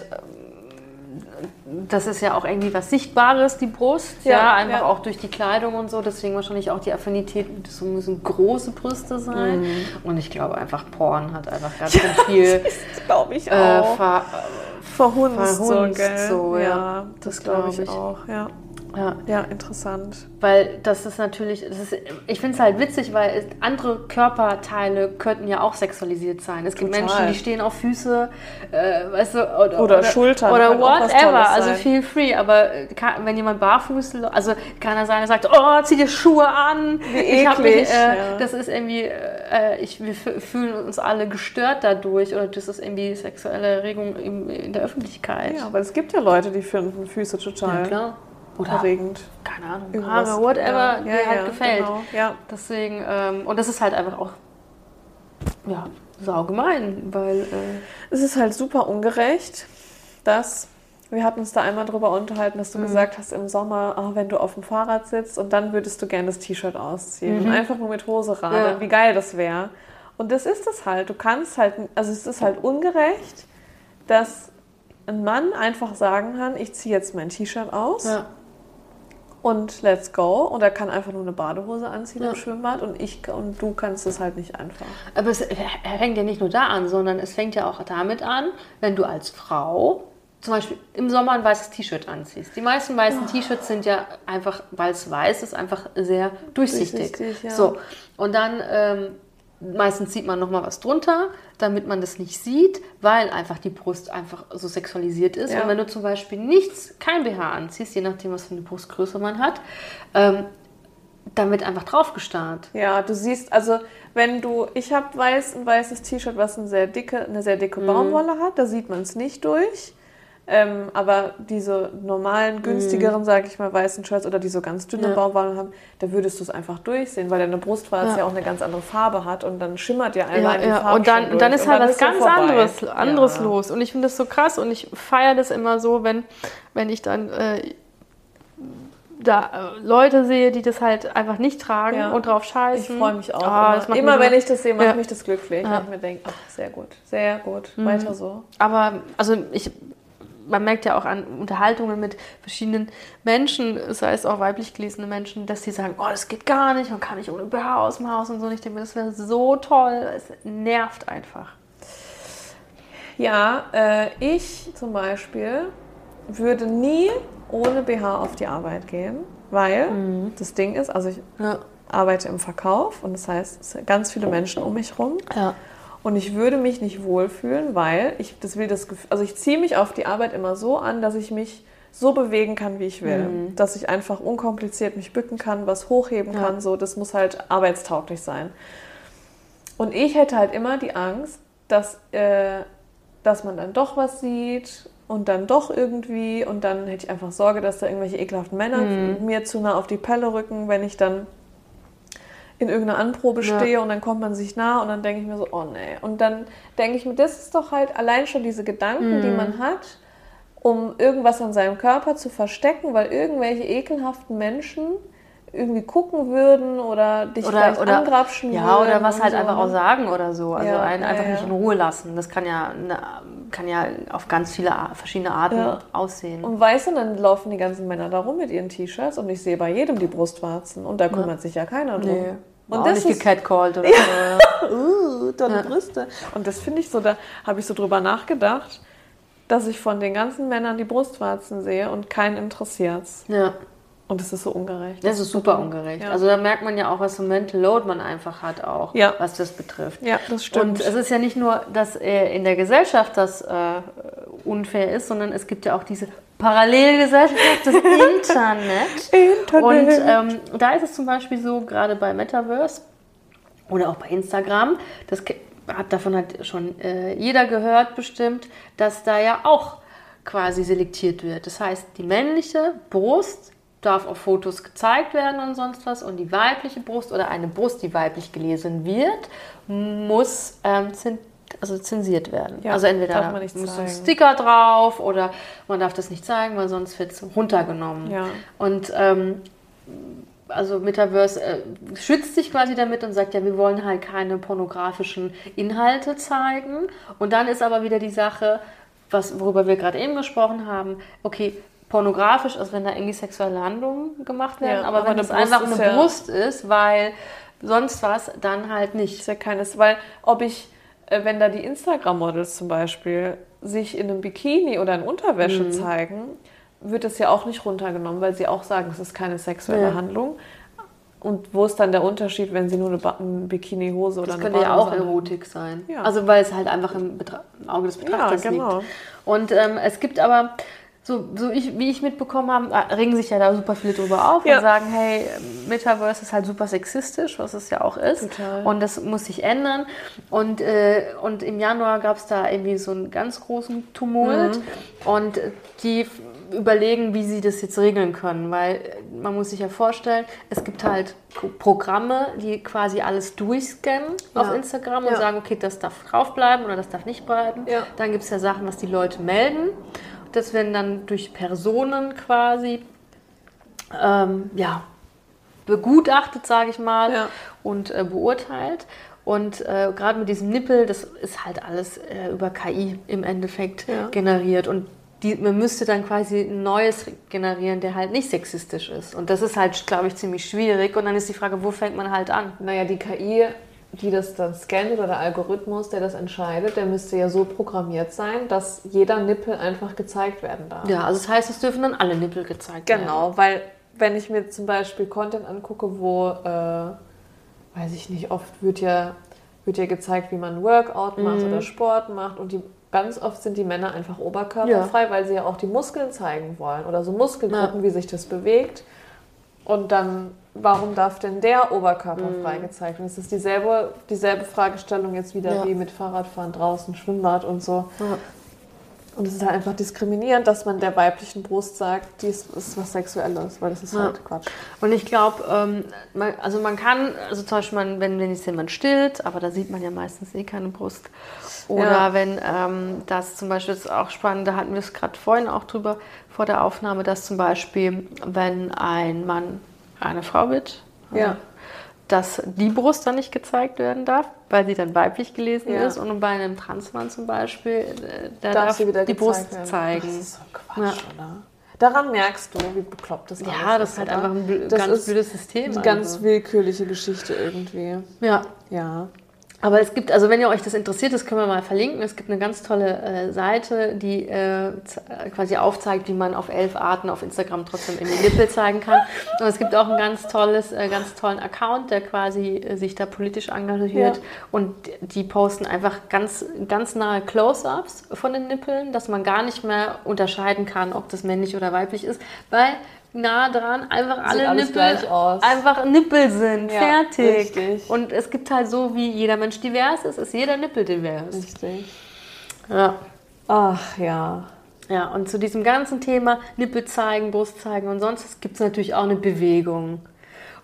S1: ähm, das ist ja auch irgendwie was Sichtbares, die Brust, ja,
S2: Ja,
S1: einfach
S2: ja.
S1: auch durch die Kleidung und so, deswegen wahrscheinlich auch die Affinität, das müssen große Brüste sein.
S2: Mhm.
S1: Und ich glaube einfach, Porn hat einfach ganz schön viel
S2: Das glaube ich
S1: äh,
S2: auch.
S1: ver,
S2: Verhunzt,
S1: verhunzt
S2: so, gell?
S1: so, ja.
S2: ja. Das,
S1: Das
S2: glaube
S1: glaub
S2: ich
S1: ich.
S2: auch, ja.
S1: ja,
S2: Ja, interessant.
S1: weil das ist natürlich, das ist, ich finde es halt witzig, weil es, andere Körperteile könnten ja auch sexualisiert sein. Es gibt
S2: Total.
S1: Menschen, die stehen auf Füße, äh, weißt du, oder,
S2: Oder Schultern,
S1: oder
S2: kann auch was
S1: whatever,
S2: Tolles
S1: also
S2: sein.
S1: feel free. Aber äh, kann, wenn jemand barfuß, also kann er sein, er sagt, oh, zieh dir Schuhe an.
S2: Wie
S1: Ich hab
S2: eklig,
S1: mich, äh,
S2: ja.
S1: Das ist irgendwie, äh, ich, wir f- fühlen uns alle gestört dadurch oder das ist irgendwie sexuelle Erregung im, in der Öffentlichkeit.
S2: Ja, aber es gibt ja Leute, die finden Füße total
S1: Ja, klar. Oder
S2: erregend.
S1: keine Ahnung,
S2: Irgendwas.
S1: Haare, whatever,
S2: Ja,
S1: dir
S2: ja,
S1: halt
S2: ja,
S1: gefällt.
S2: genau, ja.
S1: Deswegen, ähm, und das ist halt einfach auch, ja, saugemein, weil, äh,
S2: Es ist halt super ungerecht, dass... Wir hatten uns da einmal drüber unterhalten, dass du gesagt hast im Sommer, ah, wenn du auf dem Fahrrad sitzt und dann würdest du gerne das T-Shirt ausziehen und einfach nur mit Hose radeln,
S1: Ja.
S2: wie geil das wäre. Und das ist es halt. Du kannst halt, also es ist halt ungerecht, dass ein Mann einfach sagen kann, ich ziehe jetzt mein T-Shirt aus
S1: ja,
S2: und let's go. Und er kann einfach nur eine Badehose anziehen
S1: Ja.
S2: im Schwimmbad und ich und du kannst es halt nicht einfach.
S1: aber es fängt ja nicht nur da an, sondern es fängt ja auch damit an, wenn du als Frau zum Beispiel im Sommer ein weißes T-Shirt anziehst. Die meisten weißen T-Shirts sind ja einfach, weil es weiß ist, einfach sehr durchsichtig.
S2: Durchsichtig, ja.
S1: So, und dann ähm, meistens zieht man nochmal was drunter, damit man das nicht sieht, weil einfach die Brust einfach so sexualisiert ist.
S2: Ja.
S1: Und wenn du zum Beispiel nichts, kein B H anziehst, je nachdem, was für eine Brustgröße man hat, ähm, dann wird einfach draufgestarrt.
S2: Ja, du siehst, also wenn du, ich habe weiß, ein weißes T-Shirt, was eine sehr dicke, eine sehr dicke Baumwolle hat, da sieht man es nicht durch. Ähm, aber diese normalen, günstigeren, sage ich mal, weißen Shirts oder die so ganz dünne
S1: Ja.
S2: Baumwolle haben, da würdest du es einfach durchsehen, weil deine Brustwarze ja.
S1: Ja.
S2: auch eine ganz andere Farbe hat und dann schimmert ja
S1: Ja,
S2: allein die
S1: ja.
S2: Farbe
S1: Und dann,
S2: schon
S1: und dann
S2: durch.
S1: ist halt was
S2: ist ja
S1: ganz
S2: vorbei.
S1: anderes, anderes
S2: Ja.
S1: los. Und ich finde das so krass und ich feiere das immer so, wenn, wenn ich dann äh, da äh, Leute sehe, die das halt einfach nicht tragen
S2: Ja.
S1: und drauf
S2: Ich
S1: scheißen.
S2: freue mich auch.
S1: Ah, das
S2: immer
S1: macht
S2: immer
S1: mich
S2: wenn
S1: immer-
S2: ich das sehe, macht
S1: Ja.
S2: mich das glücklich.
S1: Ja.
S2: Weil ich mir denke, ach, sehr gut, sehr gut, weiter so.
S1: Aber also ich, man merkt ja auch an Unterhaltungen mit verschiedenen Menschen, sei es auch weiblich gelesene Menschen, dass sie sagen, oh, das geht gar nicht, man kann nicht ohne B H aus dem Haus und so. Und ich denke mir, das wäre so toll, es nervt einfach.
S2: Ja, äh, ich zum Beispiel würde nie ohne B H auf die Arbeit gehen, weil das Ding ist, also ich
S1: Ja.
S2: arbeite im Verkauf und das heißt, es sind ganz viele Menschen um mich rum
S1: Ja.
S2: und ich würde mich nicht wohlfühlen, weil ich das will das Gefühl, also ich ziehe mich auf die Arbeit immer so an, dass ich mich so bewegen kann, wie ich will,
S1: Mhm.
S2: dass ich einfach unkompliziert mich bücken kann, was hochheben
S1: Ja.
S2: kann, so, das muss halt arbeitstauglich sein. Und ich hätte halt immer die Angst, dass, äh, dass man dann doch was sieht und dann doch irgendwie und dann hätte ich einfach Sorge, dass da irgendwelche ekelhaften Männer
S1: Mhm.
S2: mir zu nah auf die Pelle rücken, wenn ich dann in irgendeiner Anprobe
S1: Ja.
S2: stehe und dann kommt man sich nah und dann denke ich mir so, oh nee. Und dann denke ich mir, das ist doch halt allein schon diese Gedanken,
S1: Mhm.
S2: die man hat, um irgendwas an seinem Körper zu verstecken, weil irgendwelche ekelhaften Menschen irgendwie gucken würden oder dich
S1: Oder,
S2: vielleicht
S1: oder,
S2: angrapschen
S1: ja,
S2: würden.
S1: oder was
S2: und
S1: halt
S2: so,
S1: einfach
S2: ne?
S1: auch sagen oder so. Also
S2: Ja,
S1: einen
S2: ja,
S1: einfach
S2: ja.
S1: nicht in Ruhe lassen. Das kann ja, ne, kann ja auf ganz viele Ar- verschiedene Arten
S2: Ja.
S1: aussehen.
S2: Und weißt du, dann laufen die ganzen Männer da rum mit ihren T-Shirts und ich sehe bei jedem die Brustwarzen und da kümmert sich ja keiner drum.
S1: Nee.
S2: Und
S1: Und
S2: das
S1: das nicht
S2: ist-
S1: gecatcalled oder so.
S2: Uh, deine
S1: Ja.
S2: Brüste. Und das finde ich so, da habe ich so drüber nachgedacht, dass ich von den ganzen Männern die Brustwarzen sehe und keinen interessiert's.
S1: Ja,
S2: Und das ist so ungerecht.
S1: das ist super ungerecht.
S2: Ja.
S1: Also da merkt man ja auch, was für ein Mental Load man einfach hat auch,
S2: Ja.
S1: was das betrifft.
S2: Ja, das stimmt.
S1: Und es ist ja nicht nur, dass äh, in der Gesellschaft das äh, unfair ist, sondern es gibt ja auch diese Parallelgesellschaft, das Internet. Und ähm, da ist es zum Beispiel so, gerade bei Metaverse oder auch bei Instagram, das ke- hat davon hat schon äh, jeder gehört bestimmt, dass da ja auch quasi selektiert wird. Das heißt, die männliche Brust darf auf Fotos gezeigt werden und sonst was und die weibliche Brust oder eine Brust, die weiblich gelesen wird, muss ähm, zin- also zensiert werden.
S2: Ja,
S1: also entweder
S2: darf man nicht
S1: muss ein
S2: zeigen.
S1: Sticker drauf oder man darf das nicht zeigen, weil sonst wird es runtergenommen.
S2: Ja.
S1: Und ähm, also Metaverse äh, schützt sich quasi damit und sagt, ja, wir wollen halt keine pornografischen Inhalte zeigen. Und dann ist aber wieder die Sache, was, worüber wir gerade eben gesprochen haben, okay, pornografisch, also wenn da irgendwie sexuelle Handlungen gemacht werden,
S2: Ja,
S1: aber,
S2: aber
S1: wenn
S2: eine
S1: es
S2: Brust
S1: einfach
S2: ist
S1: eine
S2: ja-
S1: Brust ist, weil sonst was, dann halt nicht.
S2: ist ja keines, weil ob ich, äh, wenn da die Instagram-Models zum Beispiel sich in einem Bikini oder in Unterwäsche
S1: Mhm.
S2: zeigen, wird das ja auch nicht runtergenommen, weil sie auch sagen, es ist keine sexuelle
S1: Ja.
S2: Handlung. Und wo ist dann der Unterschied, wenn sie nur eine, Ba- eine Bikini-Hose oder
S1: Das
S2: eine
S1: könnte ja auch
S2: Badehose haben?
S1: Erotik sein.
S2: Ja.
S1: Also weil es halt einfach im, Betra im Auge des Betrachters
S2: Ja, genau.
S1: liegt. Und ähm, es gibt aber, so, so ich, wie ich mitbekommen habe, äh, regen sich ja da super viele drüber auf
S2: Ja.
S1: und sagen, hey, Metaverse ist halt super sexistisch, was es ja auch ist.
S2: Total.
S1: Und das muss sich ändern. Und, äh, und im Januar gab es da irgendwie so einen ganz großen Tumult.
S2: Mhm.
S1: Und die f- überlegen, wie sie das jetzt regeln können. Weil äh, man muss sich ja vorstellen, es gibt halt Pro- Programme, die quasi alles durchscannen
S2: Ja.
S1: auf Instagram und
S2: Ja.
S1: sagen, okay, das darf draufbleiben oder das darf nicht bleiben.
S2: Ja.
S1: Dann gibt es ja Sachen, was die Leute melden. Das werden dann durch Personen quasi ähm, ja, begutachtet, sage ich mal,
S2: Ja.
S1: und äh, beurteilt. Und äh, gerade mit diesem Nippel, das ist halt alles äh, über K I im Endeffekt
S2: Ja.
S1: generiert. Und die, man müsste dann quasi ein neues generieren, der halt nicht sexistisch ist. Und das ist halt, glaube ich, ziemlich schwierig. Und dann ist die Frage, wo fängt man halt an?
S2: Naja, die K I, die das dann scannt oder der Algorithmus, der das entscheidet, der müsste ja so programmiert sein, dass jeder Nippel einfach gezeigt werden darf.
S1: Ja, also das heißt, es dürfen dann alle Nippel gezeigt werden.
S2: Genau, weil wenn ich mir zum Beispiel Content angucke, wo, äh, weiß ich nicht, oft wird ja, wird ja gezeigt, wie man Workout macht
S1: Mhm.
S2: oder Sport macht und die, ganz oft sind die Männer einfach oberkörperfrei,
S1: Ja.
S2: weil sie ja auch die Muskeln zeigen wollen oder so Muskelgruppen, wie sich das bewegt. Und dann, warum darf denn der oberkörperfrei gezeigt werden? Es ist dieselbe, dieselbe Fragestellung jetzt wieder
S1: Ja.
S2: wie mit Fahrradfahren draußen, Schwimmbad und so.
S1: Ja.
S2: Und es ist halt einfach diskriminierend, dass man der weiblichen Brust sagt, dies ist was Sexuelles, weil das ist
S1: Ja.
S2: halt Quatsch.
S1: Und ich glaube, ähm, man, also man kann, also zum Beispiel, man, wenn, wenn jetzt jemand stillt, aber da sieht man ja meistens eh keine Brust. Oder
S2: Ja.
S1: wenn ähm, das zum Beispiel, das ist auch spannend, da hatten wir es gerade vorhin auch drüber, vor der Aufnahme, dass zum Beispiel, wenn ein Mann eine Frau wird,
S2: Ja.
S1: dass die Brust dann nicht gezeigt werden darf, weil sie dann weiblich gelesen
S2: Ja.
S1: ist. Und bei einem Transmann zum Beispiel, äh, da
S2: Darf
S1: darf,
S2: sie wieder
S1: die
S2: gezeigt
S1: Brust
S2: werden.
S1: zeigen.
S2: Das ist so Quatsch, oder? Daran merkst du, wie bekloppt das alles ist.
S1: Ja, das ist halt
S2: oder?
S1: einfach ein bl-
S2: Das
S1: ganz
S2: ist
S1: blödes System.
S2: eine ganz
S1: also.
S2: willkürliche Geschichte irgendwie.
S1: Ja.
S2: Ja.
S1: Aber es gibt, also wenn ihr euch das interessiert, das können wir mal verlinken. Es gibt eine ganz tolle äh, Seite, die äh, z- quasi aufzeigt, wie man auf elf Arten auf Instagram trotzdem in die Nippel zeigen kann. Und es gibt auch einen ganz tolles, äh, ganz tollen Account, der quasi äh, sich da politisch engagiert.
S2: Ja.
S1: Und die posten einfach ganz, ganz nahe Close-ups von den Nippeln, dass man gar nicht mehr unterscheiden kann, ob das männlich oder weiblich ist, weil nah dran einfach alle
S2: alles
S1: Nippel
S2: gleich aus.
S1: einfach Nippel sind.
S2: Ja,
S1: fertig.
S2: richtig.
S1: Und es gibt halt so, wie jeder Mensch divers ist, ist jeder Nippel divers.
S2: Richtig.
S1: Ja.
S2: Ach ja.
S1: Ja, und zu diesem ganzen Thema Nippel zeigen, Brust zeigen und sonst gibt es natürlich auch eine Bewegung.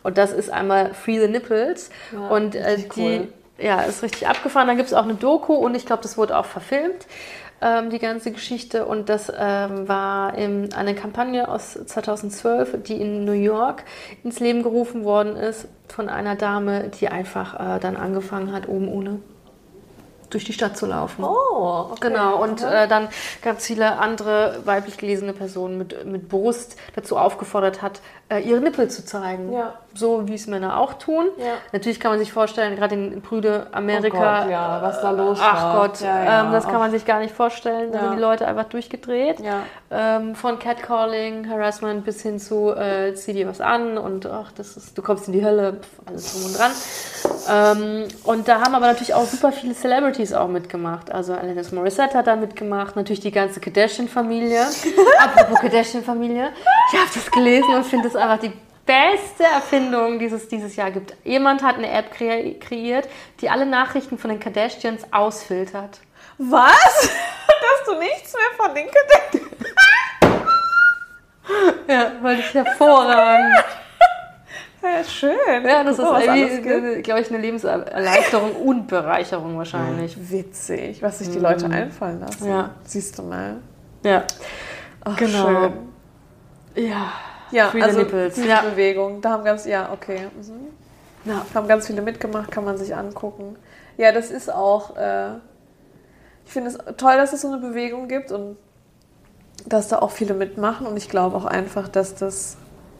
S1: Und das ist einmal Free the Nipples.
S2: Ja,
S1: und äh, die
S2: cool.
S1: ja, ist richtig abgefahren. Da gibt es auch eine Doku und ich glaube, das wurde auch verfilmt, ähm, die ganze Geschichte. Und das ähm, war in, eine Kampagne aus zweitausendzwölf, die in New York ins Leben gerufen worden ist von einer Dame, die einfach äh, dann angefangen hat, oben ohne durch die Stadt zu laufen.
S2: Oh, okay.
S1: Genau, und äh, dann ganz viele andere weiblich gelesene Personen mit, mit Brust dazu aufgefordert hat, äh, ihre Nippel zu zeigen.
S2: Ja.
S1: So wie es Männer auch tun.
S2: Ja.
S1: Natürlich kann man sich vorstellen, gerade in Brüde Amerika,
S2: Oh Gott, ja, was da los
S1: ach
S2: war.
S1: Gott,
S2: Ja, ja.
S1: ähm, das kann man sich gar nicht vorstellen. Da
S2: Ja.
S1: sind die Leute einfach durchgedreht.
S2: Ja.
S1: Ähm, von Catcalling, Harassment bis hin zu äh, zieh dir was an und ach, das ist, du kommst in die Hölle, pf, alles drum und dran. Ähm, und da haben aber natürlich auch super viele Celebrities auch mitgemacht. Also Alanis Morissette hat da mitgemacht, natürlich die ganze Kardashian-Familie. Apropos Kardashian-Familie, ich habe das gelesen und finde es einfach die beste Erfindung, die es dieses Jahr gibt. Jemand hat eine App kre- kreiert, die alle Nachrichten von den Kardashians ausfiltert.
S2: Was? Dass du nichts mehr von den Kardashians...
S1: Ja, weil das ist hervorragend.
S2: Ja, schön.
S1: Ja, das
S2: Guck mal, was
S1: ist
S2: alles
S1: irgendwie,
S2: gibt.
S1: glaube ich, eine Lebenserleichterung und Bereicherung wahrscheinlich.
S2: Witzig, was sich die Leute einfallen lassen.
S1: Ja.
S2: Siehst du mal.
S1: Ja,
S2: Ach,
S1: genau.
S2: schön.
S1: Ja,
S2: Ja,
S1: Free the
S2: also
S1: Nipples.
S2: diese
S1: Ja.
S2: Bewegung, da haben ganz, ja, okay. Mhm.
S1: Ja.
S2: Haben ganz viele mitgemacht, kann man sich angucken. Ja, das ist auch, äh, ich finde es toll, dass es so eine Bewegung gibt und dass da auch viele mitmachen und ich glaube auch einfach, dass das,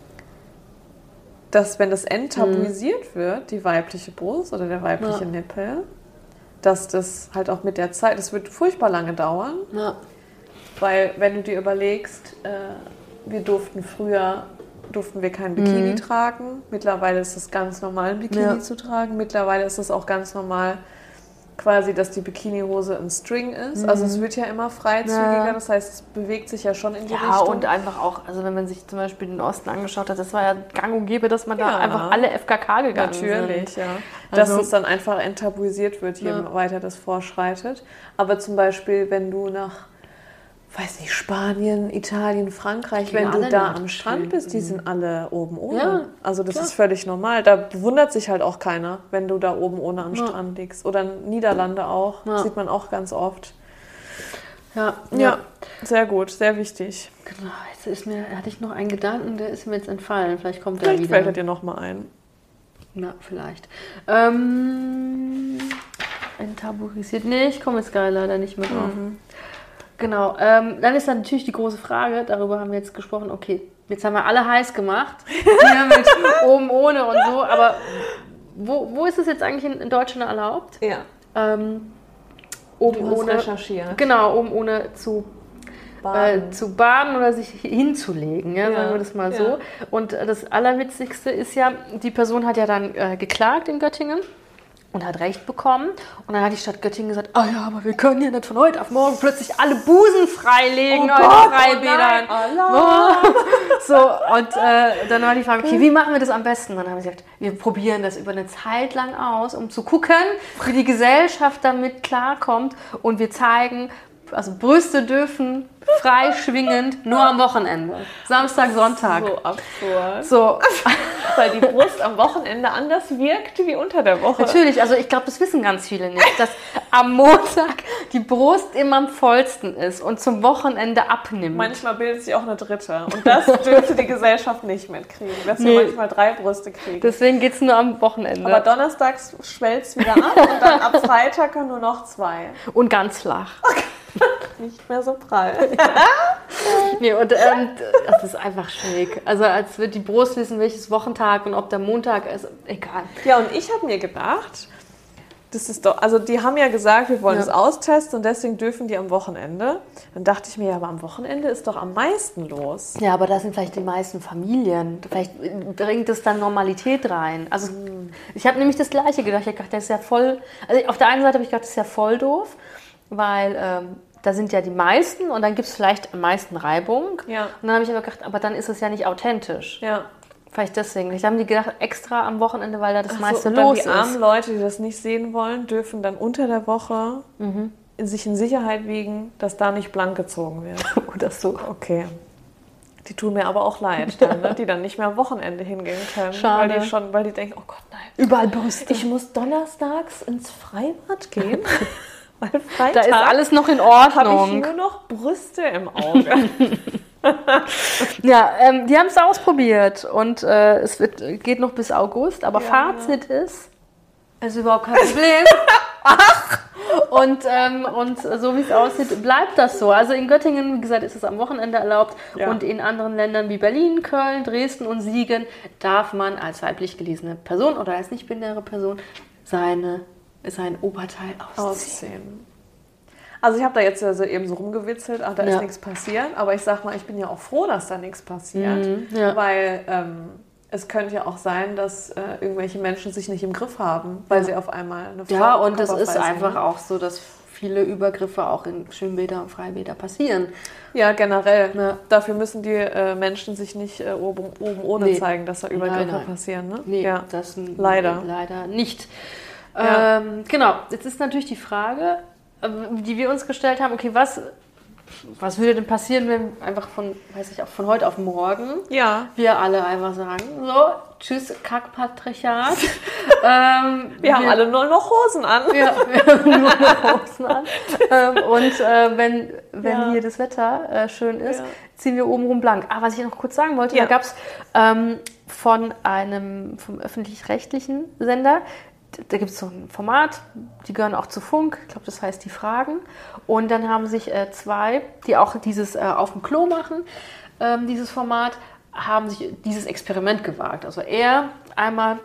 S2: dass wenn das enttabuisiert mhm. wird, die weibliche Brust oder der weibliche ja. Nippel, dass das halt auch mit der Zeit, das wird furchtbar lange dauern,
S1: Ja.
S2: weil wenn du dir überlegst, äh, wir durften früher, durften wir kein Bikini mhm. tragen. Mittlerweile ist es ganz normal, ein Bikini
S1: Ja.
S2: zu tragen. Mittlerweile ist es auch ganz normal, quasi, dass die Bikinihose ein String ist.
S1: Mhm.
S2: Also es wird ja immer freizügiger.
S1: Ja.
S2: Das heißt, es bewegt sich ja schon in die
S1: Ja,
S2: Richtung.
S1: und einfach auch, also wenn man sich zum Beispiel den Osten angeschaut hat, das war ja gang und gäbe, dass man
S2: Ja.
S1: da einfach alle F K K gegangen
S2: Natürlich,
S1: sind.
S2: ja. Dass
S1: Also-
S2: es dann einfach enttabuisiert wird, je
S1: Ja.
S2: weiter das vorschreitet. Aber zum Beispiel, wenn du nach, weiß nicht, Spanien, Italien, Frankreich,
S1: Die
S2: wenn du
S1: alle
S2: da
S1: nackt
S2: am Strand
S1: stehen.
S2: bist, die sind alle oben ohne.
S1: Ja,
S2: also das
S1: klar.
S2: ist völlig normal. Da wundert sich halt auch keiner, wenn du da oben ohne am
S1: Ja.
S2: Strand liegst. Oder Niederlande auch,
S1: Ja.
S2: sieht man auch ganz oft.
S1: Ja,
S2: Ja, sehr gut, sehr wichtig.
S1: Genau, jetzt ist mir, hatte ich noch einen Gedanken, der ist mir jetzt entfallen. Vielleicht kommt er
S2: Vielleicht
S1: wieder.
S2: fällt er dir nochmal ein.
S1: Na, vielleicht. Ähm, enttabuisiert. Nee, ich komme jetzt gerade leider nicht mehr drauf.
S2: Mhm.
S1: Genau. Ähm, dann ist dann natürlich die große Frage, darüber haben wir jetzt gesprochen, okay, jetzt haben wir alle heiß gemacht. Hier mit oben ohne und so, aber wo, wo ist es jetzt eigentlich in, in Deutschland erlaubt?
S2: Ja,
S1: Ähm, oben
S2: du hast
S1: ohne.
S2: recherchiert.
S1: Genau, oben ohne zu
S2: Baden.
S1: Äh, zu baden oder sich hinzulegen, ja,
S2: Ja,
S1: sagen wir das mal
S2: ja.
S1: so. Und äh, das Allerwitzigste ist ja, die Person hat ja dann äh, geklagt in Göttingen und hat Recht bekommen. Und dann hat die Stadt Göttingen gesagt, ah ja, aber wir können ja nicht von heute auf morgen plötzlich alle Busen freilegen
S2: Oh
S1: auf
S2: Gott,
S1: den Freibädern.
S2: oh nein,
S1: so, und äh, dann war die Frage, okay, wie machen wir das am besten? Dann haben wir gesagt, wir probieren das über eine Zeit lang aus, um zu gucken, wie die Gesellschaft damit klarkommt. Und wir zeigen, also Brüste dürfen frei schwingend nur am Wochenende. Samstag, Sonntag.
S2: So absurd.
S1: So,
S2: Weil die Brust am Wochenende anders wirkt wie unter der Woche.
S1: natürlich, also ich glaube, das wissen ganz viele nicht, dass am Montag die Brust immer am vollsten ist und zum Wochenende abnimmt.
S2: Manchmal bildet sich auch eine dritte. Und das dürfte die Gesellschaft nicht mitkriegen, dass
S1: Nee.
S2: wir manchmal drei Brüste kriegen.
S1: Deswegen geht es nur am Wochenende.
S2: Aber donnerstags schwellt es wieder ab und dann ab Freitag nur noch zwei.
S1: Und ganz flach.
S2: Nicht mehr so prall.
S1: Nee, und ähm, das ist einfach schräg. Also als wird die Brust wissen, welches Wochentag und ob der Montag ist, egal.
S2: Ja, und ich habe mir gedacht, das ist doch, also die haben ja gesagt, wir wollen
S1: Ja.
S2: es austesten und deswegen dürfen die am Wochenende. Dann dachte ich mir, ja, aber am Wochenende ist doch am meisten los.
S1: Ja, aber da sind vielleicht die meisten Familien. Vielleicht bringt es dann Normalität rein. Also ich habe nämlich das Gleiche gedacht. Ich habe gedacht, das ist ja voll... Also auf der einen Seite habe ich gedacht, das ist ja voll doof, weil ähm, da sind ja die meisten und dann gibt es vielleicht am meisten Reibung.
S2: Ja.
S1: Und dann habe ich aber gedacht, aber dann ist es ja nicht authentisch.
S2: Ja.
S1: Vielleicht deswegen. Vielleicht haben die gedacht, extra am Wochenende, weil da das
S2: Ach so,
S1: meiste
S2: und dann
S1: los
S2: die armen
S1: ist.
S2: Leute, die das nicht sehen wollen, dürfen dann unter der Woche in sich in Sicherheit wiegen, dass da nicht blank gezogen wird.
S1: Oder so.
S2: Okay. Die tun mir aber auch leid, dann, ne? Die dann nicht mehr am Wochenende hingehen können.
S1: Schade.
S2: Weil die schon, weil die denken, oh Gott, nein.
S1: Überall Brüste.
S2: Ich muss donnerstags ins Freibad gehen, weil Freitag
S1: Da ist alles noch in
S2: habe ich
S1: Ordnung.
S2: nur noch Brüste im Auge.
S1: Ja, ähm, die haben es ausprobiert und äh, es wird, geht noch bis August, aber
S2: Ja,
S1: Fazit ist, ist überhaupt kein Problem. Ach! Und, ähm, und so wie es aussieht, bleibt das so. Also in Göttingen, wie gesagt, ist es am Wochenende erlaubt
S2: Ja.
S1: und in anderen Ländern wie Berlin, Köln, Dresden und Siegen darf man als weiblich gelesene Person oder als nicht-binäre Person seine, sein Oberteil ausziehen.
S2: Ausziehen. Also ich habe da jetzt also eben so rumgewitzelt, ach, da
S1: Ja.
S2: ist nichts passiert. Aber ich sag mal, ich bin ja auch froh, dass da nichts passiert.
S1: Mhm, ja.
S2: Weil ähm, es könnte ja auch sein, dass äh, irgendwelche Menschen sich nicht im Griff haben, weil sie auf einmal eine Frau
S1: Ja, und es
S2: körperfrei
S1: ist
S2: sind,
S1: einfach
S2: ne?
S1: auch so, dass viele Übergriffe auch in Schwimmbäder und Freibäder passieren.
S2: Ja, generell.
S1: Ja.
S2: Dafür müssen die äh, Menschen sich nicht äh, oben, oben ohne
S1: Nee.
S2: zeigen, dass da Übergriffe
S1: Nein, nein.
S2: passieren. Ne?
S1: Nee,
S2: Ja.
S1: das n-
S2: Leider.
S1: leider nicht.
S2: Ja.
S1: Ähm, genau, jetzt ist natürlich die Frage, äh, die wir uns gestellt haben, okay, was, was würde denn passieren, wenn einfach von, weiß ich auch, von heute auf morgen
S2: Ja.
S1: wir alle einfach sagen, so, tschüss, Kackpatriarchat. ähm,
S2: Wir haben alle nur noch Hosen an.
S1: Ja, wir haben nur noch Hosen an. Ähm, und äh, wenn, wenn
S2: Ja.
S1: hier das Wetter äh, schön ist,
S2: Ja.
S1: ziehen wir oben rum blank. Ah, was ich noch kurz sagen wollte,
S2: Ja.
S1: da gab es ähm, von einem vom öffentlich-rechtlichen Sender, da gibt es so ein Format, die gehören auch zu Funk, ich glaube, das heißt Die Fragen. Und dann haben sich äh, zwei, die auch dieses äh, auf dem Klo machen, ähm, dieses Format, haben sich dieses Experiment gewagt. Also er einmal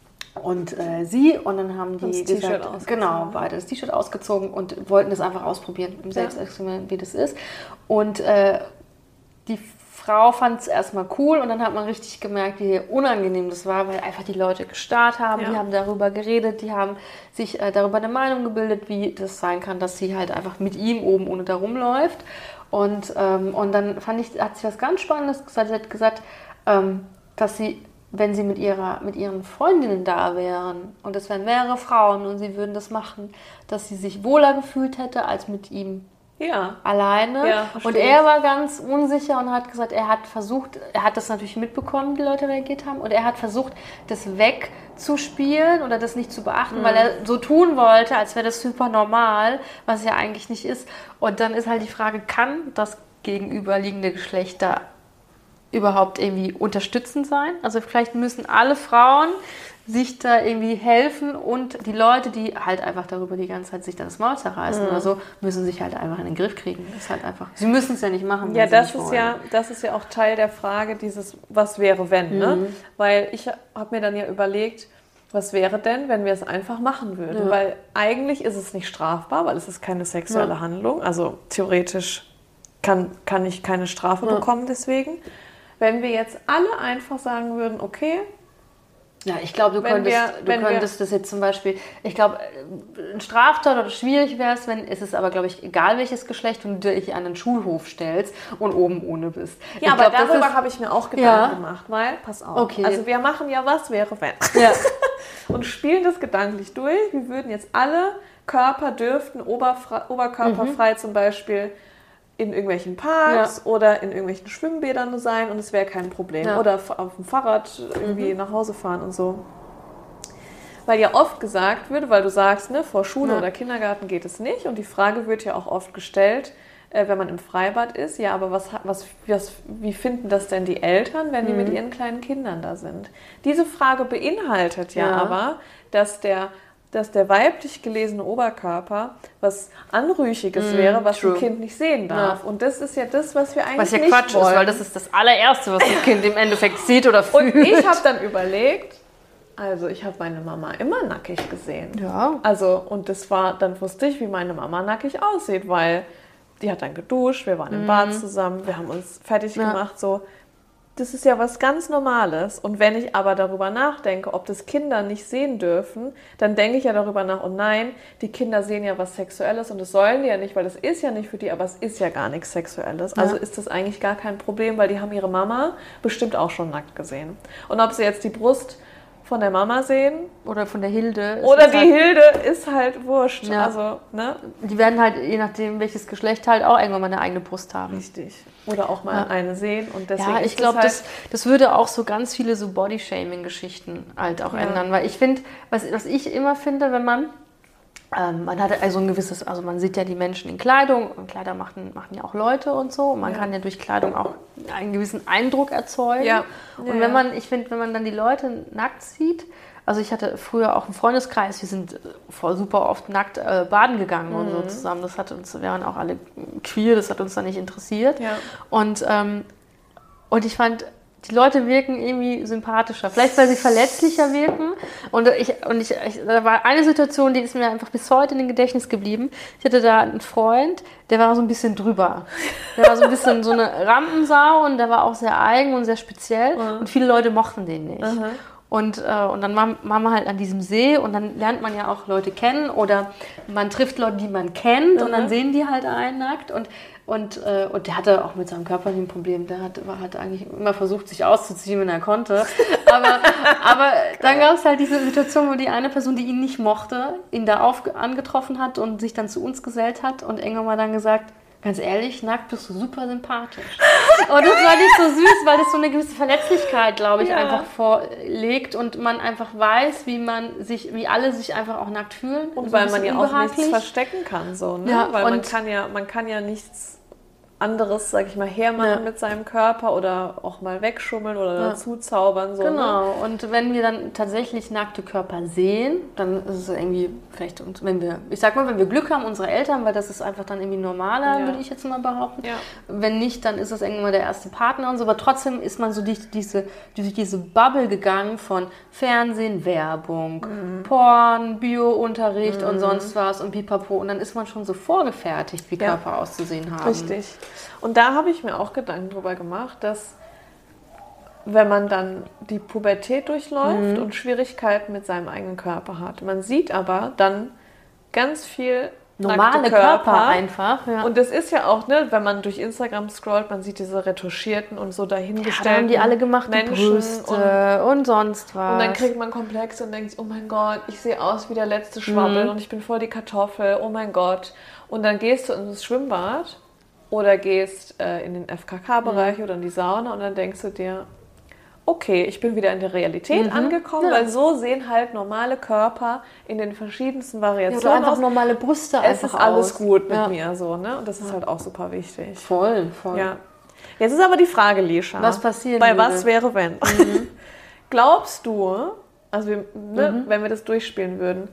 S1: und äh, sie und dann haben die
S2: Das T-Shirt
S1: gesagt,
S2: ausgezogen.
S1: genau, beide das T-Shirt ausgezogen und wollten das einfach ausprobieren im Selbstexperiment, wie das ist. Und äh, die Frau fand es erstmal cool und dann hat man richtig gemerkt, wie unangenehm das war, weil einfach die Leute gestarrt haben,
S2: Ja.
S1: die haben darüber geredet, die haben sich äh, darüber eine Meinung gebildet, wie das sein kann, dass sie halt einfach mit ihm oben ohne da rumläuft. Und, ähm, und dann fand ich, hat sie was ganz Spannendes gesagt, sie hat gesagt, ähm, dass sie, wenn sie mit, ihrer, mit ihren Freundinnen da wären und es wären mehrere Frauen und sie würden das machen, dass sie sich wohler gefühlt hätte als mit ihm
S2: Ja.
S1: alleine.
S2: Ja, verstehe
S1: und er war ganz unsicher und hat gesagt, er hat versucht, er hat das natürlich mitbekommen, wie die Leute reagiert haben, und er hat versucht, das wegzuspielen oder das nicht zu beachten,
S2: Mhm.
S1: weil er so tun wollte, als wäre das super normal, was ja eigentlich nicht ist. Und dann ist halt die Frage, kann das gegenüberliegende Geschlecht da überhaupt irgendwie unterstützend sein? Also vielleicht müssen alle Frauen sich da irgendwie helfen und die Leute, die halt einfach darüber die ganze Zeit sich dann das Maul zerreißen oder so, müssen sich halt einfach in den Griff kriegen. Das ist halt einfach. Sie müssen es ja nicht machen.
S2: Ja,
S1: wenn sie
S2: das
S1: nicht
S2: ist
S1: wollen.
S2: ja, das ist ja auch Teil der Frage, dieses was wäre wenn, ne? Weil ich habe mir dann ja überlegt, was wäre denn, wenn wir es einfach machen würden?
S1: Ja.
S2: Weil eigentlich ist es nicht strafbar, weil es ist keine sexuelle
S1: Ja.
S2: Handlung. Also theoretisch kann, kann ich keine Strafe
S1: Ja.
S2: bekommen deswegen. Wenn wir jetzt alle einfach sagen würden, okay,
S1: Ja, ich glaube, du
S2: Wenn
S1: könntest,
S2: wir-
S1: du
S2: wenn wir-
S1: könntest das jetzt zum Beispiel, ich glaube, ein Straftat oder schwierig wäre es, wenn, ist es aber, glaube ich, egal welches Geschlecht, und du dich an einen Schulhof stellst und oben ohne bist.
S2: ja,
S1: ich
S2: aber
S1: glaub, das
S2: darüber
S1: ist-
S2: habe ich mir auch Gedanken
S1: Ja.
S2: gemacht, weil, pass auf,
S1: Okay.
S2: also wir machen ja was wäre wenn.
S1: Ja.
S2: Und spielen das gedanklich durch. Wir würden jetzt alle Körper dürften oberfrei, oberkörperfrei zum Beispiel in irgendwelchen Parks oder in irgendwelchen Schwimmbädern sein und es wäre kein Problem.
S1: Ja.
S2: Oder f- auf dem Fahrrad irgendwie nach Hause fahren und so. Weil ja oft gesagt wird, weil du sagst, ne, vor Schule
S1: Ja.
S2: oder Kindergarten geht es nicht. Und die Frage wird ja auch oft gestellt, äh, wenn man im Freibad ist, ja, aber was, ha- was, was, wie finden das denn die Eltern, wenn die mit ihren kleinen Kindern da sind? Diese Frage beinhaltet ja,
S1: Ja.
S2: aber, dass der, dass der weiblich gelesene Oberkörper was Anrüchiges wäre, was
S1: true.
S2: ein Kind nicht sehen darf.
S1: Ja.
S2: Und das ist ja das, was wir eigentlich
S1: Was ja
S2: nicht
S1: Quatsch
S2: wollen.
S1: ist, weil das ist das allererste, was das Kind im Endeffekt sieht oder fühlt.
S2: Und ich habe dann überlegt, also ich habe meine Mama immer nackig gesehen.
S1: Ja.
S2: Also, und das war, dann wusste ich, wie meine Mama nackig aussieht, weil die hat dann geduscht, wir waren im Bad zusammen, wir haben uns fertig
S1: Ja.
S2: gemacht, so. Das ist ja was ganz Normales. Und wenn ich aber darüber nachdenke, ob das Kinder nicht sehen dürfen, dann denke ich ja darüber nach, oh nein, die Kinder sehen ja was Sexuelles und das sollen die ja nicht, weil das ist ja nicht für die, aber es ist ja gar nichts Sexuelles. Also
S1: Ja.
S2: ist das eigentlich gar kein Problem, weil die haben ihre Mama bestimmt auch schon nackt gesehen. Und ob sie jetzt die Brust von der Mama sehen.
S1: Oder von der Hilde.
S2: Oder die halt, Hilde ist halt wurscht.
S1: Ja.
S2: Also, ne?
S1: Die werden halt, je nachdem welches Geschlecht halt, auch irgendwann mal eine eigene Brust haben.
S2: Richtig. Oder auch mal ja. eine sehen. Und deswegen
S1: ja, ich glaube, halt das, das würde auch so ganz viele so Body-Shaming-Geschichten halt auch ja. ändern. Weil ich finde, was, was ich immer finde, wenn man Ähm, man hat also ein gewisses, also man sieht ja die Menschen in Kleidung und Kleider machen, machen ja auch Leute und so. Und man ja. kann ja durch Kleidung auch einen gewissen Eindruck erzeugen. Ja. Und ja, wenn man, ich finde, wenn man dann die Leute nackt sieht, also ich hatte früher auch einen Freundeskreis, wir sind voll super oft nackt äh, baden gegangen mhm. und so zusammen. Das hat uns, wir waren auch alle queer, das hat uns dann nicht interessiert. Ja. Und, ähm, und ich fand, die Leute wirken irgendwie sympathischer. Vielleicht, weil sie verletzlicher wirken. Und, ich, und ich, ich, da war eine Situation, die ist mir einfach bis heute in den Gedächtnis geblieben. Ich hatte da einen Freund, der war so ein bisschen drüber. Der war so ein bisschen so eine Rampensau und der war auch sehr eigen und sehr speziell. Mhm. Und viele Leute mochten den nicht. Mhm. Und, äh, und dann waren wir halt an diesem See und dann lernt man ja auch Leute kennen oder man trifft Leute, die man kennt mhm. und dann sehen die halt einen nackt und, und, äh, und der hatte auch mit seinem Körper nie ein Problem. Der hat, war, hat eigentlich immer versucht, sich auszuziehen, wenn er konnte. Aber, aber dann gab es halt diese Situation, wo die eine Person, die ihn nicht mochte, ihn da auf, angetroffen hat und sich dann zu uns gesellt hat und irgendwann mal dann gesagt, ganz ehrlich, nackt bist du super sympathisch. Und das war nicht so süß, weil das so eine gewisse Verletzlichkeit, glaube ich, ja. einfach vorlegt und man einfach weiß, wie man sich, wie alle sich einfach auch nackt fühlen.
S2: Und, und weil man ja auch nichts verstecken kann, so, ne? Ja, weil man kann ja, man kann ja nichts anderes, sag ich mal, hermachen ja. mit seinem Körper oder auch mal wegschummeln oder ja. dazu zaubern. So,
S1: genau,
S2: ne?
S1: Und wenn wir dann tatsächlich nackte Körper sehen, dann ist es irgendwie vielleicht, und wenn wir, ich sag mal, wenn wir Glück haben, unsere Eltern, weil das ist einfach dann irgendwie normaler, ja. würde ich jetzt mal behaupten. Ja. Wenn nicht, dann ist das irgendwann mal der erste Partner und so, aber trotzdem ist man so durch diese, durch diese Bubble gegangen von Fernsehen, Werbung, mhm. Porn, Bio-Unterricht mhm. und sonst was und pipapo und dann ist man schon so vorgefertigt, wie Körper ja. auszusehen haben.
S2: Richtig. Und da habe ich mir auch Gedanken drüber gemacht, dass wenn man dann die Pubertät durchläuft mhm. und Schwierigkeiten mit seinem eigenen Körper hat. Man sieht aber dann ganz viel
S1: normale Körper, Körper einfach.
S2: Ja. Und das ist ja auch, ne, wenn man durch Instagram scrollt, man sieht diese retuschierten und so dahingestellten
S1: ja, haben die alle gemacht, Menschen Brüste und, und sonst was.
S2: Und dann kriegt man Komplexe und denkt, oh mein Gott, ich sehe aus wie der letzte Schwabbel mhm. und ich bin voll die Kartoffel, oh mein Gott. Und dann gehst du ins Schwimmbad oder gehst äh, in den F K K-Bereich mhm. oder in die Sauna und dann denkst du dir, okay, ich bin wieder in der Realität mhm. angekommen, ja. weil so sehen halt normale Körper in den verschiedensten Variationen
S1: ja, einfach aus. Normale Brüste
S2: es
S1: einfach
S2: ist alles
S1: aus.
S2: gut mit
S1: ja.
S2: mir, so, ne? Und das ist ja. halt auch super wichtig.
S1: Voll, voll.
S2: Ja. Jetzt ist aber die Frage, Lisha.
S1: Was passiert?
S2: Bei würde? Was wäre, wenn? Mhm. Glaubst du, also wir, ne, mhm. wenn wir das durchspielen würden,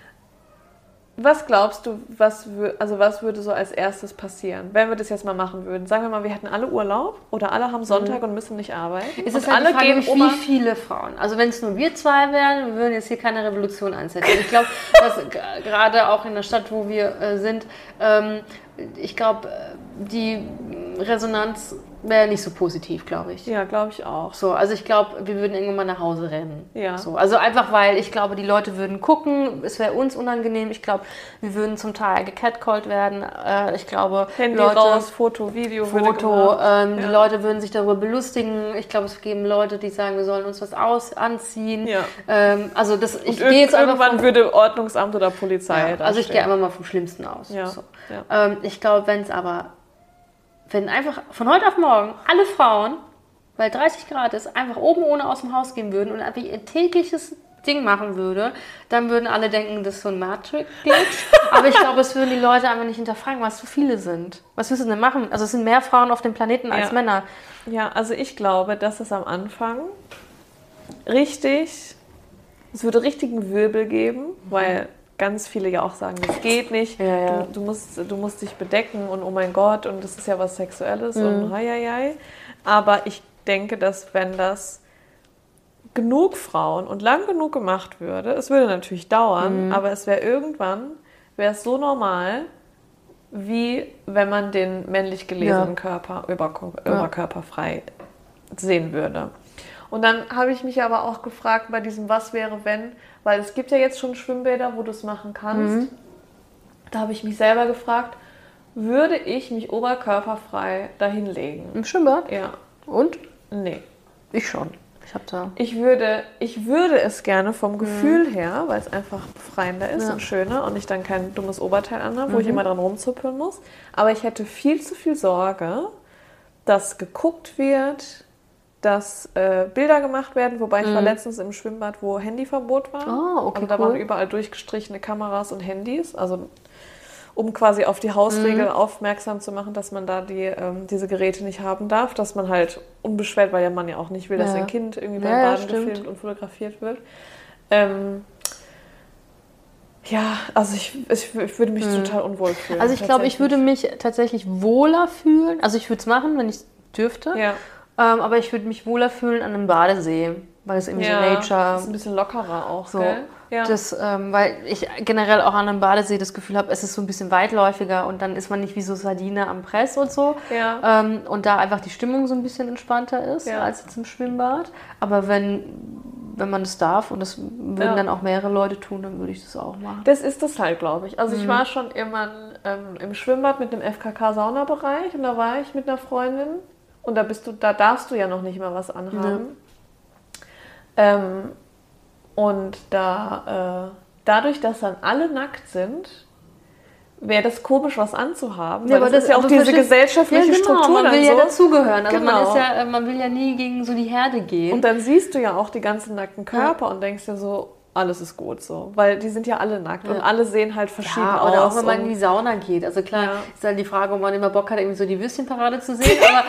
S2: was glaubst du, was, also was würde so als erstes passieren, wenn wir das jetzt mal machen würden? Sagen wir mal, wir hätten alle Urlaub oder alle haben Sonntag mhm. und müssen nicht arbeiten.
S1: Ist es halt alle die Frage, gehen wie viele Frauen? Also wenn es nur wir zwei wären, wir würden jetzt hier keine Revolution einsetzen. Ich glaube, dass gerade auch in der Stadt, wo wir äh, sind, ähm, ich glaube, die Resonanz wäre nicht so positiv, glaube ich.
S2: Ja, glaube ich auch.
S1: So, also ich glaube, wir würden irgendwann mal nach Hause rennen.
S2: Ja.
S1: So, also einfach, weil ich glaube, die Leute würden gucken, es wäre uns unangenehm. Ich glaube, wir würden zum Teil gecatcallt werden. Äh, ich glaube,
S2: Handy
S1: Leute,
S2: raus, Foto, Video,
S1: Foto. Ähm, ja. Die Leute würden sich darüber belustigen. Ich glaube, es geben Leute, die sagen, wir sollen uns was aus anziehen. Ja. Ähm, also das, ich gehe jetzt einfach
S2: irgendwann vom, würde Ordnungsamt oder Polizei.
S1: Ja, also ich gehe einfach mal vom Schlimmsten aus.
S2: Ja.
S1: So.
S2: Ja.
S1: Ähm, ich glaube, wenn es aber wenn einfach von heute auf morgen alle Frauen, weil dreißig Grad ist, einfach oben ohne aus dem Haus gehen würden und einfach ihr tägliches Ding machen würde, dann würden alle denken, das ist so ein Matrix-Glitch. Aber ich glaube, es würden die Leute einfach nicht hinterfragen, was so viele sind. Was willst du denn machen? Also es sind mehr Frauen auf dem Planeten als
S2: ja.
S1: Männer.
S2: Ja, also ich glaube, dass es am Anfang richtig, es würde richtigen Wirbel geben, mhm. weil ganz viele ja auch sagen, das geht nicht,
S1: ja, ja.
S2: Du, du, musst, du musst dich bedecken und oh mein Gott und das ist ja was Sexuelles mhm. und heieiei. Aber ich denke, dass wenn das genug Frauen und lang genug gemacht würde, es würde natürlich dauern, mhm. aber es wäre irgendwann, wäre es so normal, wie wenn man den männlich gelesenen ja. Körper überkörperfrei ja. sehen würde. Und dann habe ich mich aber auch gefragt bei diesem Was wäre wenn, weil es gibt ja jetzt schon Schwimmbäder, wo du es machen kannst. Mhm. Da habe ich mich selber gefragt, würde ich mich oberkörperfrei dahin legen?
S1: Im Schwimmbad?
S2: Ja.
S1: Und?
S2: Nee.
S1: Ich schon. Ich habe da...
S2: Ich würde, ich würde es gerne vom Gefühl mhm. her, weil es einfach befreiender ist ja. und schöner und ich dann kein dummes Oberteil anhabe, mhm. wo ich immer dran rumzuppeln muss. Aber ich hätte viel zu viel Sorge, dass geguckt wird, dass äh, Bilder gemacht werden, wobei ich mhm. war letztens im Schwimmbad, wo Handyverbot war.
S1: Oh, okay,
S2: also da
S1: cool.
S2: waren überall durchgestrichene Kameras und Handys, also um quasi auf die Hausregeln mhm. aufmerksam zu machen, dass man da die, ähm, diese Geräte nicht haben darf, dass man halt unbeschwert, weil der Mann ja auch nicht will, dass
S1: ja.
S2: sein Kind irgendwie beim
S1: ja,
S2: Baden
S1: ja,
S2: gefilmt und fotografiert wird. Ähm, ja, also ich, ich, ich würde mich mhm. total unwohl fühlen.
S1: Also ich glaube, ich würde mich tatsächlich wohler fühlen, also ich würde es machen, wenn ich dürfte,
S2: ja.
S1: ähm, aber ich würde mich wohler fühlen an einem Badesee, weil es irgendwie
S2: ja,
S1: so Nature...
S2: Das ist ein bisschen lockerer auch,
S1: so.
S2: Gell? Ja.
S1: Das, ähm, weil ich generell auch an einem Badesee das Gefühl habe, es ist so ein bisschen weitläufiger und dann ist man nicht wie so Sardine am Press und so.
S2: Ja.
S1: Ähm, und da einfach die Stimmung so ein bisschen entspannter ist
S2: ja.
S1: als jetzt im Schwimmbad. Aber wenn, wenn man das darf und das würden
S2: ja.
S1: dann auch mehrere Leute tun, dann würde ich das auch machen.
S2: Das ist das halt, glaube ich. Also
S1: mhm.
S2: ich war schon immer ähm, im Schwimmbad mit dem F K K-Saunabereich und da war ich mit einer Freundin und da bist du, da darfst du ja noch nicht mal was anhaben. Ja. Ähm, und da... Äh, Dadurch, dass dann alle nackt sind, wäre das komisch, was anzuhaben.
S1: Ja,
S2: weil
S1: aber
S2: das ist ja auch diese gesellschaftliche
S1: ja, genau,
S2: Struktur.
S1: Man will
S2: dann
S1: ja
S2: so.
S1: dazugehören. Also
S2: genau.
S1: man, ist ja, man will ja nie gegen so die Herde gehen.
S2: Und dann siehst du ja auch die ganzen nackten Körper ja. und denkst dir so, alles ist gut so. Weil die sind ja alle nackt ja. und alle sehen halt verschieden
S1: ja,
S2: aus.
S1: Oder auch wenn man in die Sauna geht. Also klar, ja. ist dann die Frage, ob man immer Bock hat, irgendwie so die Würstchenparade zu sehen. Aber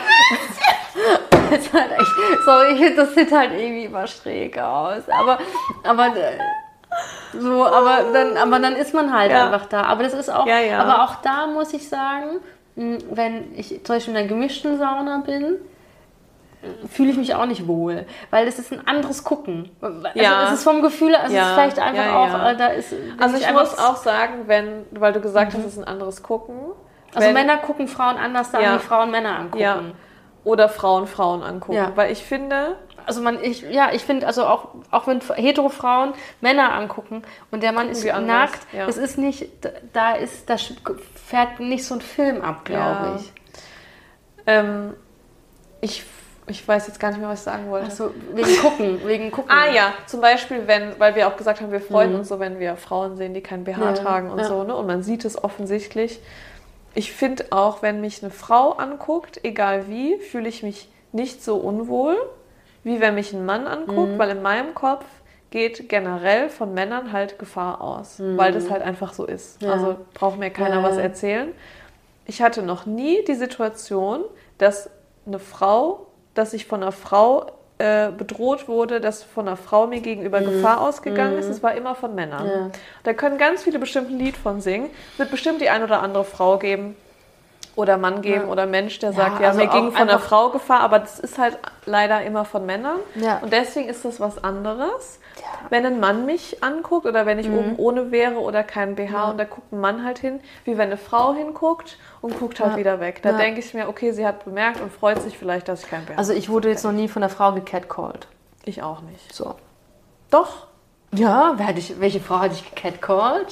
S1: das ist halt echt, sorry, das sieht halt irgendwie immer schräg aus. Aber, aber so, aber dann, aber dann ist man halt ja. einfach da. Aber das ist auch,
S2: ja, ja.
S1: aber auch da muss ich sagen, wenn ich zum Beispiel in einer gemischten Sauna bin, fühle ich mich auch nicht wohl, weil das ist ein anderes Gucken. Also
S2: ja.
S1: es ist vom Gefühl, also
S2: ja.
S1: es ist vielleicht einfach
S2: ja, ja.
S1: auch, da ist...
S2: Also ich, ich muss auch sagen, wenn, weil du gesagt mhm. hast, es ist ein anderes Gucken.
S1: Also
S2: wenn,
S1: Männer gucken Frauen anders, dann
S2: ja.
S1: wie Frauen Männer angucken.
S2: Ja. Oder Frauen Frauen angucken,
S1: ja.
S2: weil ich finde...
S1: Also man, ich, ja, ich finde, also auch, auch wenn hetero Frauen Männer angucken und der Mann ist nackt, ja. das ist nicht, da ist, da fährt nicht so ein Film ab, glaube
S2: ja.
S1: ich.
S2: Ähm, ich. Ich weiß jetzt gar nicht mehr, was ich sagen wollte.
S1: Also wegen Gucken, wegen Gucken.
S2: Ah ja, zum Beispiel, wenn, weil wir auch gesagt haben, wir freuen mhm. uns so, wenn wir Frauen sehen, die kein B H
S1: ja.
S2: tragen und
S1: ja.
S2: so, ne? Und man sieht es offensichtlich. Ich finde auch, wenn mich eine Frau anguckt, egal wie, fühle ich mich nicht so unwohl, wie wenn mich ein Mann anguckt, mhm. weil in meinem Kopf geht generell von Männern halt Gefahr aus, mhm. weil das halt einfach so ist. Ja. Also braucht mir keiner ja. was erzählen. Ich hatte noch nie die Situation, dass eine Frau, dass ich von einer Frau äh, bedroht wurde, dass von einer Frau mir gegenüber mhm. Gefahr ausgegangen mhm. ist. Es war immer von Männern. Ja. Da können ganz viele bestimmt ein Lied von singen. Es wird bestimmt die ein oder andere Frau geben, oder Mann geben ja. oder Mensch, der ja, sagt, ja, also mir ging von einer Frau Gefahr, aber das ist halt leider immer von Männern.
S1: Ja.
S2: Und deswegen ist das was anderes. Ja. Wenn ein Mann mich anguckt oder wenn ich mhm. oben ohne wäre oder kein B H ja. und da guckt ein Mann halt hin, wie wenn eine Frau hinguckt und guckt halt ja. wieder weg. Da ja. denke ich mir, okay, sie hat bemerkt und freut sich vielleicht, dass ich kein B H habe.
S1: Also ich wurde jetzt noch nie von einer Frau gecatcalled.
S2: Ich auch nicht.
S1: So.
S2: Doch.
S1: Ja, wer hatte ich, welche Frau hatte ich gecatcalled?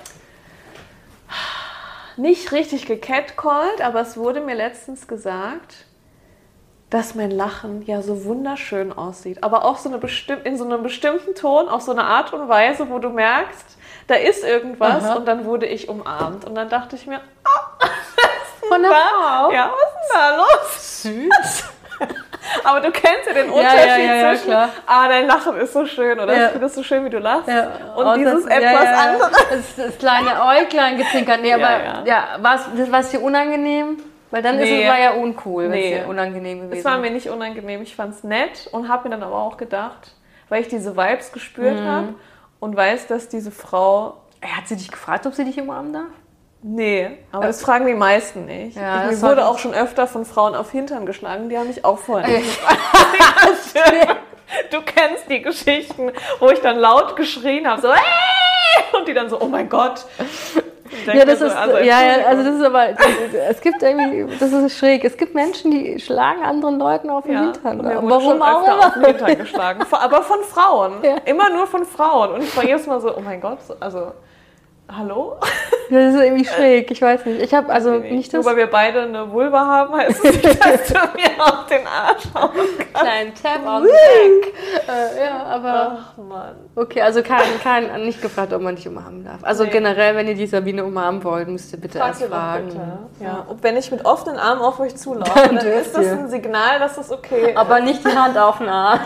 S2: Nicht richtig gecatcalled, aber es wurde mir letztens gesagt, dass mein Lachen ja so wunderschön aussieht. Aber auch so eine bestimm- in so einem bestimmten Ton, auf so eine Art und Weise, wo du merkst, da ist irgendwas. Aha. Und dann wurde ich umarmt. Und dann dachte ich mir, oh,
S1: von der Frau?
S2: Ja, was ist denn da los?
S1: Süß.
S2: Aber du kennst ja den Unterschied
S1: ja, ja, ja,
S2: zwischen,
S1: klar.
S2: ah, dein Lachen ist so schön oder
S1: ja.
S2: ich finde es so schön, wie du lachst.
S1: Ja.
S2: Und
S1: oh,
S2: dieses
S1: das,
S2: etwas
S1: ja, ja.
S2: andere.
S1: Das, das kleine Äuglein gezinkert. Nee, aber
S2: ja,
S1: ja. ja war es dir unangenehm? Weil dann nee. ist es war ja uncool, wenn
S2: nee.
S1: es dir unangenehm gewesen
S2: ist. Es war mir nicht unangenehm, ich fand es nett und habe mir dann aber auch gedacht, weil ich diese Vibes gespürt mhm. habe und weiß, dass diese Frau...
S1: Hat sie dich gefragt, ob sie dich umarmen darf?
S2: Nee, aber das fragen die meisten nicht.
S1: Ja,
S2: ich, mir wurde auch schon öfter von Frauen auf Hintern geschlagen, die haben mich auch vorher nicht
S1: gefragt.
S2: Du kennst die Geschichten, wo ich dann laut geschrien habe, so äh! und die dann so, oh mein Gott.
S1: Ja, das so, ist, also, ja, ja, also das ist aber, es gibt irgendwie, das ist schräg, es gibt Menschen, die schlagen anderen Leuten auf den
S2: ja,
S1: Hintern.
S2: Warum auch immer? Auf den Hintern geschlagen, aber von Frauen, ja. immer nur von Frauen und ich war jedes Mal so, oh mein Gott, also... hallo?
S1: Das ist irgendwie schräg, ich weiß nicht. Ich habe also
S2: nicht,
S1: nicht das...
S2: Nur weil wir beide eine Vulva haben, heißt es nicht, dass du mir auf den Arsch hauen kannst.
S1: Kleinen Tap auf den Back. Äh, ja, aber...
S2: Ach, Mann.
S1: Okay, also kein, kein, nicht gefragt, ob man dich umarmen darf. Also nee. Generell, wenn ihr die Sabine umarmen wollt, müsst ihr bitte
S2: Frag
S1: erst fragen. Bitte.
S2: Ja. Und wenn ich mit offenen Armen auf euch zulaufe, dann, dann ist das ein Signal, dass das okay ist.
S1: Aber nicht die Hand auf den Arsch.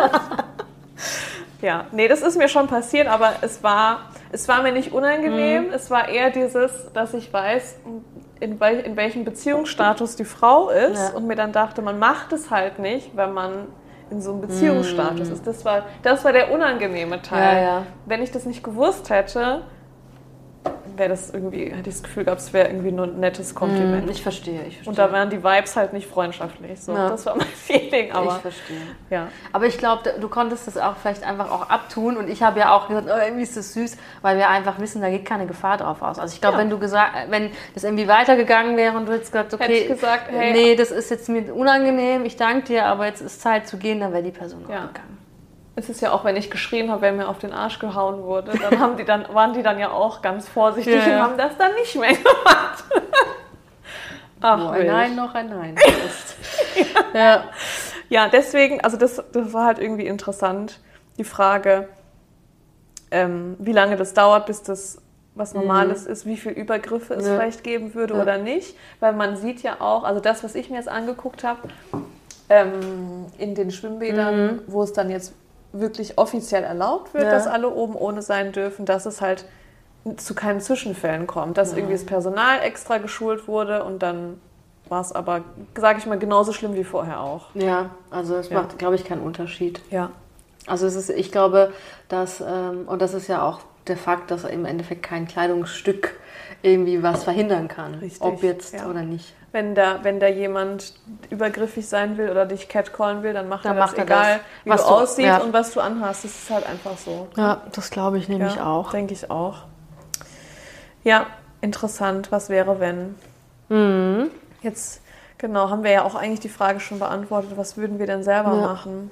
S2: Ja, nee, das ist mir schon passiert, aber es war, es war mir nicht unangenehm. Mhm. Es war eher dieses, dass ich weiß, in, wel, in welchem Beziehungsstatus die Frau ist ja. und mir dann dachte, man macht es halt nicht, wenn man in so einem Beziehungsstatus mm. ist. Das war, das war der unangenehme Teil.
S1: Ja, ja.
S2: Wenn ich das nicht gewusst hätte, wäre das irgendwie, hätte ich das Gefühl gehabt, es wäre irgendwie nur ein nettes Kompliment.
S1: Mm, ich verstehe, ich verstehe.
S2: Und da waren die Vibes halt nicht freundschaftlich. So. Ja. Das war mein Feeling. Aber,
S1: ich verstehe.
S2: Ja.
S1: Aber ich glaube, du konntest das auch vielleicht einfach auch abtun. Und ich habe ja auch gesagt, oh, irgendwie ist das süß, weil wir einfach wissen, da geht keine Gefahr drauf aus. Also ich glaube, ja. wenn du gesagt, wenn das irgendwie weitergegangen wäre und du hättest gesagt, okay,
S2: hätte ich gesagt, hey,
S1: nee, das ist jetzt mir unangenehm, ich danke dir, aber jetzt ist Zeit zu gehen, dann wäre die Person
S2: ja.
S1: auch gegangen.
S2: Es ist ja auch, wenn ich geschrien habe, wenn mir auf den Arsch gehauen wurde, dann, haben die dann waren die dann ja auch ganz vorsichtig ja, ja. und haben das dann nicht mehr gemacht.
S1: Ach, oh, ein Nein, noch ein Nein.
S2: ja. Ja. ja, deswegen, also das, das war halt irgendwie interessant, die Frage, ähm, wie lange das dauert, bis das was Normales mhm. ist, wie viele Übergriffe es ja. vielleicht geben würde ja. oder nicht. Weil man sieht ja auch, also das, was ich mir jetzt angeguckt habe, ähm, in den Schwimmbädern, mhm. wo es dann jetzt wirklich offiziell erlaubt wird, ja. dass alle oben ohne sein dürfen, dass es halt zu keinen Zwischenfällen kommt, dass ja. irgendwie das Personal extra geschult wurde und dann war es aber, sage ich mal, genauso schlimm wie vorher auch.
S1: Ja, also es ja. macht, glaube ich, keinen Unterschied.
S2: Ja.
S1: Also es ist, ich glaube, dass, ähm, und das ist ja auch der Fakt, dass im Endeffekt kein Kleidungsstück irgendwie was verhindern kann,
S2: Richtig.
S1: ob jetzt
S2: ja.
S1: oder nicht.
S2: Wenn da, wenn da jemand übergriffig sein will oder dich catcallen will, dann macht dann er das,
S1: macht er
S2: egal
S1: das.
S2: wie
S1: was
S2: du,
S1: du
S2: aussiehst
S1: ja.
S2: und was du anhast. Das ist halt einfach so.
S1: Ja, das glaube ich nämlich
S2: ja,
S1: auch.
S2: Denke ich auch. Ja, interessant. Was wäre, wenn?
S1: Mhm.
S2: Jetzt, genau, haben wir ja auch eigentlich die Frage schon beantwortet. Was würden wir denn selber
S1: ja.
S2: machen?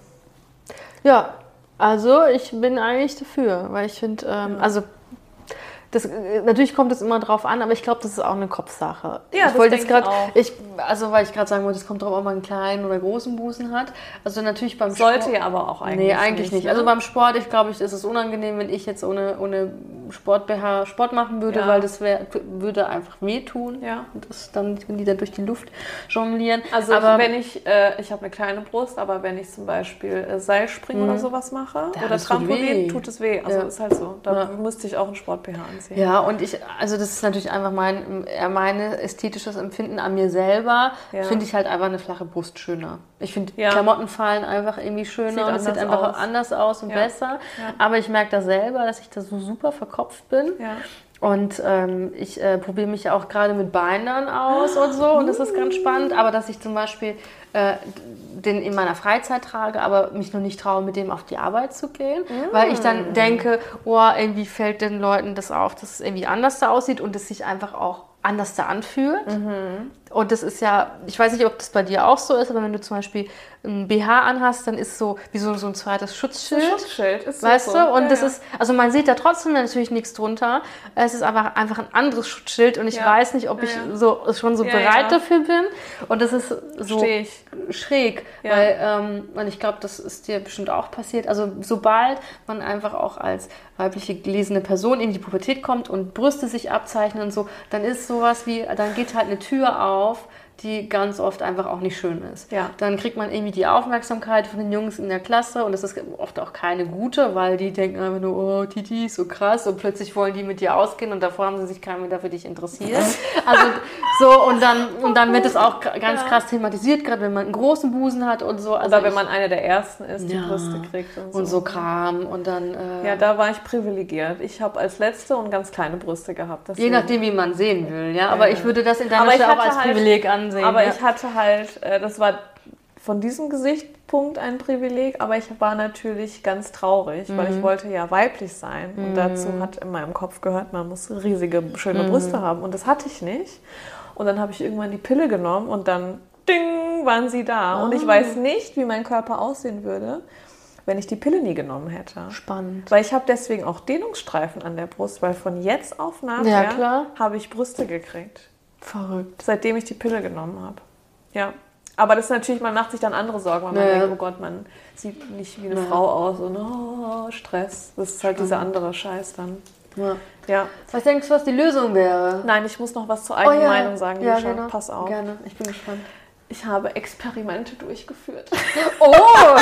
S1: Ja, also ich bin eigentlich dafür, weil ich finde, ähm,
S2: ja.
S1: also das, natürlich kommt es immer drauf an, aber ich glaube, das ist auch eine Kopfsache.
S2: Ja,
S1: ich
S2: das
S1: wollte
S2: denke
S1: jetzt grad,
S2: ich auch.
S1: Ich, also weil ich gerade sagen wollte, es kommt drauf, ob man einen kleinen oder großen Busen hat. Also natürlich beim
S2: Sollte
S1: Sport.
S2: ja aber auch eigentlich
S1: Nee, eigentlich nicht.
S2: nicht.
S1: Ne? Also beim Sport, ich glaube, ist es unangenehm, wenn ich jetzt ohne, ohne Sport-B H Sport machen würde,
S2: ja.
S1: weil das wär, würde einfach wehtun.
S2: Ja.
S1: Und das dann, wenn die dann durch die Luft jonglieren.
S2: Also
S1: aber,
S2: wenn ich, äh, ich habe eine kleine Brust, aber wenn ich zum Beispiel äh, Seilspringen oder sowas mache
S1: ja,
S2: oder Trampolin, tut es weh. Also
S1: ja.
S2: ist halt so. Da
S1: ja.
S2: müsste ich auch einen Sport-B H anziehen.
S1: Ja, und ich, also das ist natürlich einfach mein, meine ästhetisches Empfinden an mir selber.
S2: Ja.
S1: Finde ich halt einfach eine flache Brust schöner. Ich finde,
S2: ja.
S1: Klamotten fallen einfach irgendwie schöner
S2: sieht
S1: und es sieht einfach
S2: aus.
S1: anders aus und
S2: ja.
S1: besser.
S2: Ja.
S1: Aber ich merke da selber, dass ich da so super verkopft bin.
S2: Ja.
S1: Und ähm, ich äh, probiere mich ja auch gerade mit Bindern aus und so. Und das ist ganz spannend. Aber dass ich zum Beispiel äh, den in meiner Freizeit trage, aber mich noch nicht traue, mit dem auf die Arbeit zu gehen. Mm. Weil ich dann denke, oh, irgendwie fällt den Leuten das auf, dass es irgendwie anders da aussieht und es sich einfach auch anders da anfühlt.
S2: Mhm.
S1: Und das ist ja, ich weiß nicht, ob das bei dir auch so ist, aber wenn du zum Beispiel ein B H anhast, dann ist so wie so, so ein zweites Schutzschild.
S2: Ein Schutzschild ist so.
S1: Weißt
S2: so.
S1: du? Und
S2: ja,
S1: das
S2: ja.
S1: ist, also man sieht da trotzdem natürlich nichts drunter. Es ist aber einfach ein anderes Schutzschild und ich
S2: ja.
S1: weiß nicht, ob
S2: ja,
S1: ich
S2: ja.
S1: so schon so
S2: ja,
S1: bereit
S2: ja.
S1: dafür bin. Und das ist so
S2: ich.
S1: schräg,
S2: ja.
S1: weil ähm, und ich glaube, das ist dir bestimmt auch passiert. Also sobald man einfach auch als weibliche gelesene Person in die Pubertät kommt und Brüste sich abzeichnen und so, dann ist sowas wie, dann geht halt eine Tür auf, die ganz oft einfach auch nicht schön ist.
S2: Ja.
S1: Dann kriegt man irgendwie die Aufmerksamkeit von den Jungs in der Klasse und das ist oft auch keine gute, weil die denken einfach nur, oh, Titi, so krass und plötzlich wollen die mit dir ausgehen und davor haben sie sich keiner mehr für dich interessiert. Also so und dann, und dann wird es auch ganz ja. krass thematisiert, gerade wenn man einen großen Busen hat und so. Also
S2: Oder wenn
S1: ich,
S2: man eine der Ersten ist, die
S1: ja,
S2: Brüste kriegt und so.
S1: Und so Kram und dann... Äh,
S2: ja, da war ich privilegiert. Ich habe als Letzte und ganz kleine Brüste gehabt.
S1: Deswegen. Je nachdem, wie man sehen will, ja. Aber ja. ich würde das in deiner Stelle auch als
S2: halt,
S1: Privileg ansehen.
S2: Aber
S1: ja.
S2: ich hatte halt, das war von diesem Gesichtspunkt ein Privileg, aber ich war natürlich ganz traurig, mhm. weil ich wollte ja weiblich sein. Und mhm. dazu hat in meinem Kopf gehört, man muss riesige, schöne mhm. Brüste haben. Und das hatte ich nicht. Und dann habe ich irgendwann die Pille genommen und dann, ding, waren sie da. Oh. Und ich weiß nicht, wie mein Körper aussehen würde, wenn ich die Pille nie genommen hätte.
S1: Spannend.
S2: Weil ich habe deswegen auch Dehnungsstreifen an der Brust, weil von jetzt auf nachher
S1: Ja, klar.
S2: habe ich Brüste gekriegt.
S1: Verrückt.
S2: Seitdem ich die Pille genommen habe. Ja. Aber das ist natürlich, man macht sich dann andere Sorgen, weil man
S1: Ja.
S2: denkt, oh Gott, man sieht nicht wie eine
S1: Ja.
S2: Frau aus und oh, Stress. Das ist halt dieser andere Scheiß dann.
S1: Ja.
S2: Ja.
S1: Was denkst du, was die Lösung wäre?
S2: Nein, ich muss noch was zur eigenen
S1: Oh ja.
S2: Meinung sagen,
S1: Ja,
S2: Lisha.
S1: genau.
S2: Pass auf.
S1: Gerne, ich bin gespannt.
S2: Ich habe Experimente durchgeführt.
S1: Oh,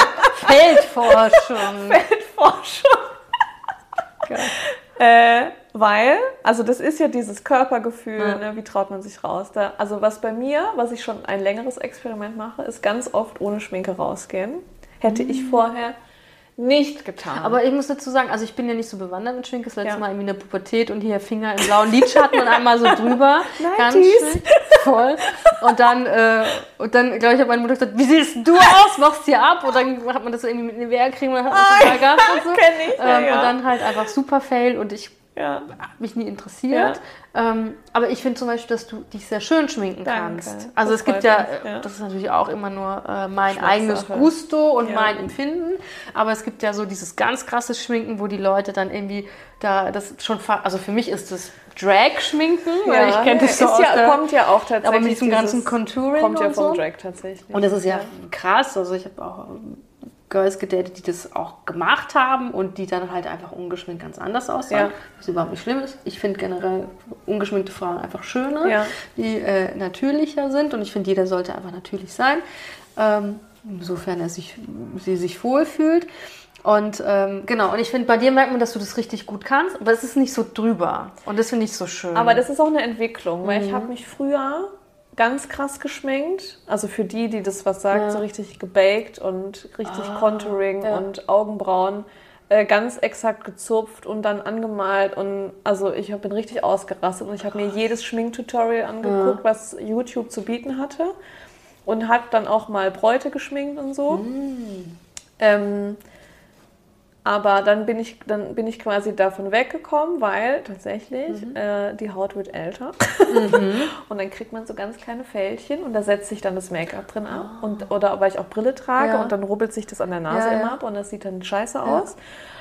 S1: Feldforschung.
S2: Feldforschung.
S1: Geil.
S2: Äh, weil, also das ist ja dieses Körpergefühl,
S1: Ja.
S2: ne, wie traut man sich raus. Da, also was bei mir, was ich schon ein längeres Experiment mache, ist ganz oft ohne Schminke rausgehen. Hätte ich vorher nicht getan.
S1: Aber ich muss dazu sagen, also ich bin ja nicht so bewandert mit Schminke. Das letzte
S2: Ja.
S1: Mal irgendwie in der Pubertät und hier Finger im blauen Lidschatten und einmal so drüber. Ganz
S2: nineties.
S1: schön. Voll. Und dann, äh, und dann glaube ich, hat meine Mutter gesagt, wie siehst du aus? Machst dir ab? Und dann hat man das so irgendwie mit Nivea-Creme und dann hat man es total gehabt und so.
S2: Kenn ich, ja,
S1: ähm,
S2: ja.
S1: Und dann halt einfach super Fail und ich
S2: ja.
S1: habe mich nie interessiert. Ähm, aber ich finde zum Beispiel, dass du dich sehr schön schminken
S2: Danke.
S1: kannst. Also
S2: Das
S1: es gibt
S2: freut
S1: ja,
S2: mich, ja.
S1: das ist natürlich auch immer nur äh, mein
S2: Geschmackssache.
S1: eigenes Gusto und
S2: Ja.
S1: mein Empfinden. Aber es gibt ja so dieses ganz krasse Schminken, wo die Leute dann irgendwie da, das schon, fa- also für mich ist das Drag-Schminken, weil ich kenne das so
S2: ist
S1: aus
S2: ja,
S1: der,
S2: kommt ja auch tatsächlich.
S1: aber mit diesem ganzen
S2: dieses-
S1: Contouring
S2: Kommt ja
S1: und
S2: vom
S1: so.
S2: Drag tatsächlich.
S1: Und das ist ja, krass. Also ich habe auch ähm, Girls gedatet, die das auch gemacht haben und die dann halt einfach ungeschminkt ganz anders aussahen.
S2: Ja.
S1: Was überhaupt nicht schlimm ist. Ich finde generell ungeschminkte Frauen einfach schöner,
S2: Ja.
S1: die äh, natürlicher sind. Und ich finde, jeder sollte einfach natürlich sein. Ähm, insofern er sich, sie sich wohlfühlt. Und ähm, genau, und ich finde, bei dir merkt man, dass du das richtig gut kannst, aber es ist nicht so drüber. Und das finde ich so schön.
S2: Aber das ist auch eine Entwicklung, weil
S1: Mhm.
S2: ich habe mich früher ganz krass geschminkt. Also für die, die das was sagt,
S1: Ja.
S2: so richtig gebaked und richtig
S1: Ah,
S2: Contouring
S1: ja.
S2: und Augenbrauen äh, ganz exakt gezupft und dann angemalt. Und also ich hab, bin richtig ausgerastet und ich habe mir jedes Schminktutorial angeguckt, was YouTube zu bieten hatte. Und habe dann auch mal Bräute geschminkt und so.
S1: Mhm.
S2: Ähm, aber dann bin ich, dann bin ich quasi davon weggekommen, weil tatsächlich
S1: Mhm.
S2: äh, die Haut wird älter. Und dann kriegt man so ganz kleine Fältchen und da setzt sich dann das Make-up drin ab. Und, oder weil ich auch Brille trage
S1: Ja.
S2: und dann rubbelt sich das an der Nase
S1: Ja,
S2: immer
S1: ja.
S2: ab und das sieht dann scheiße aus.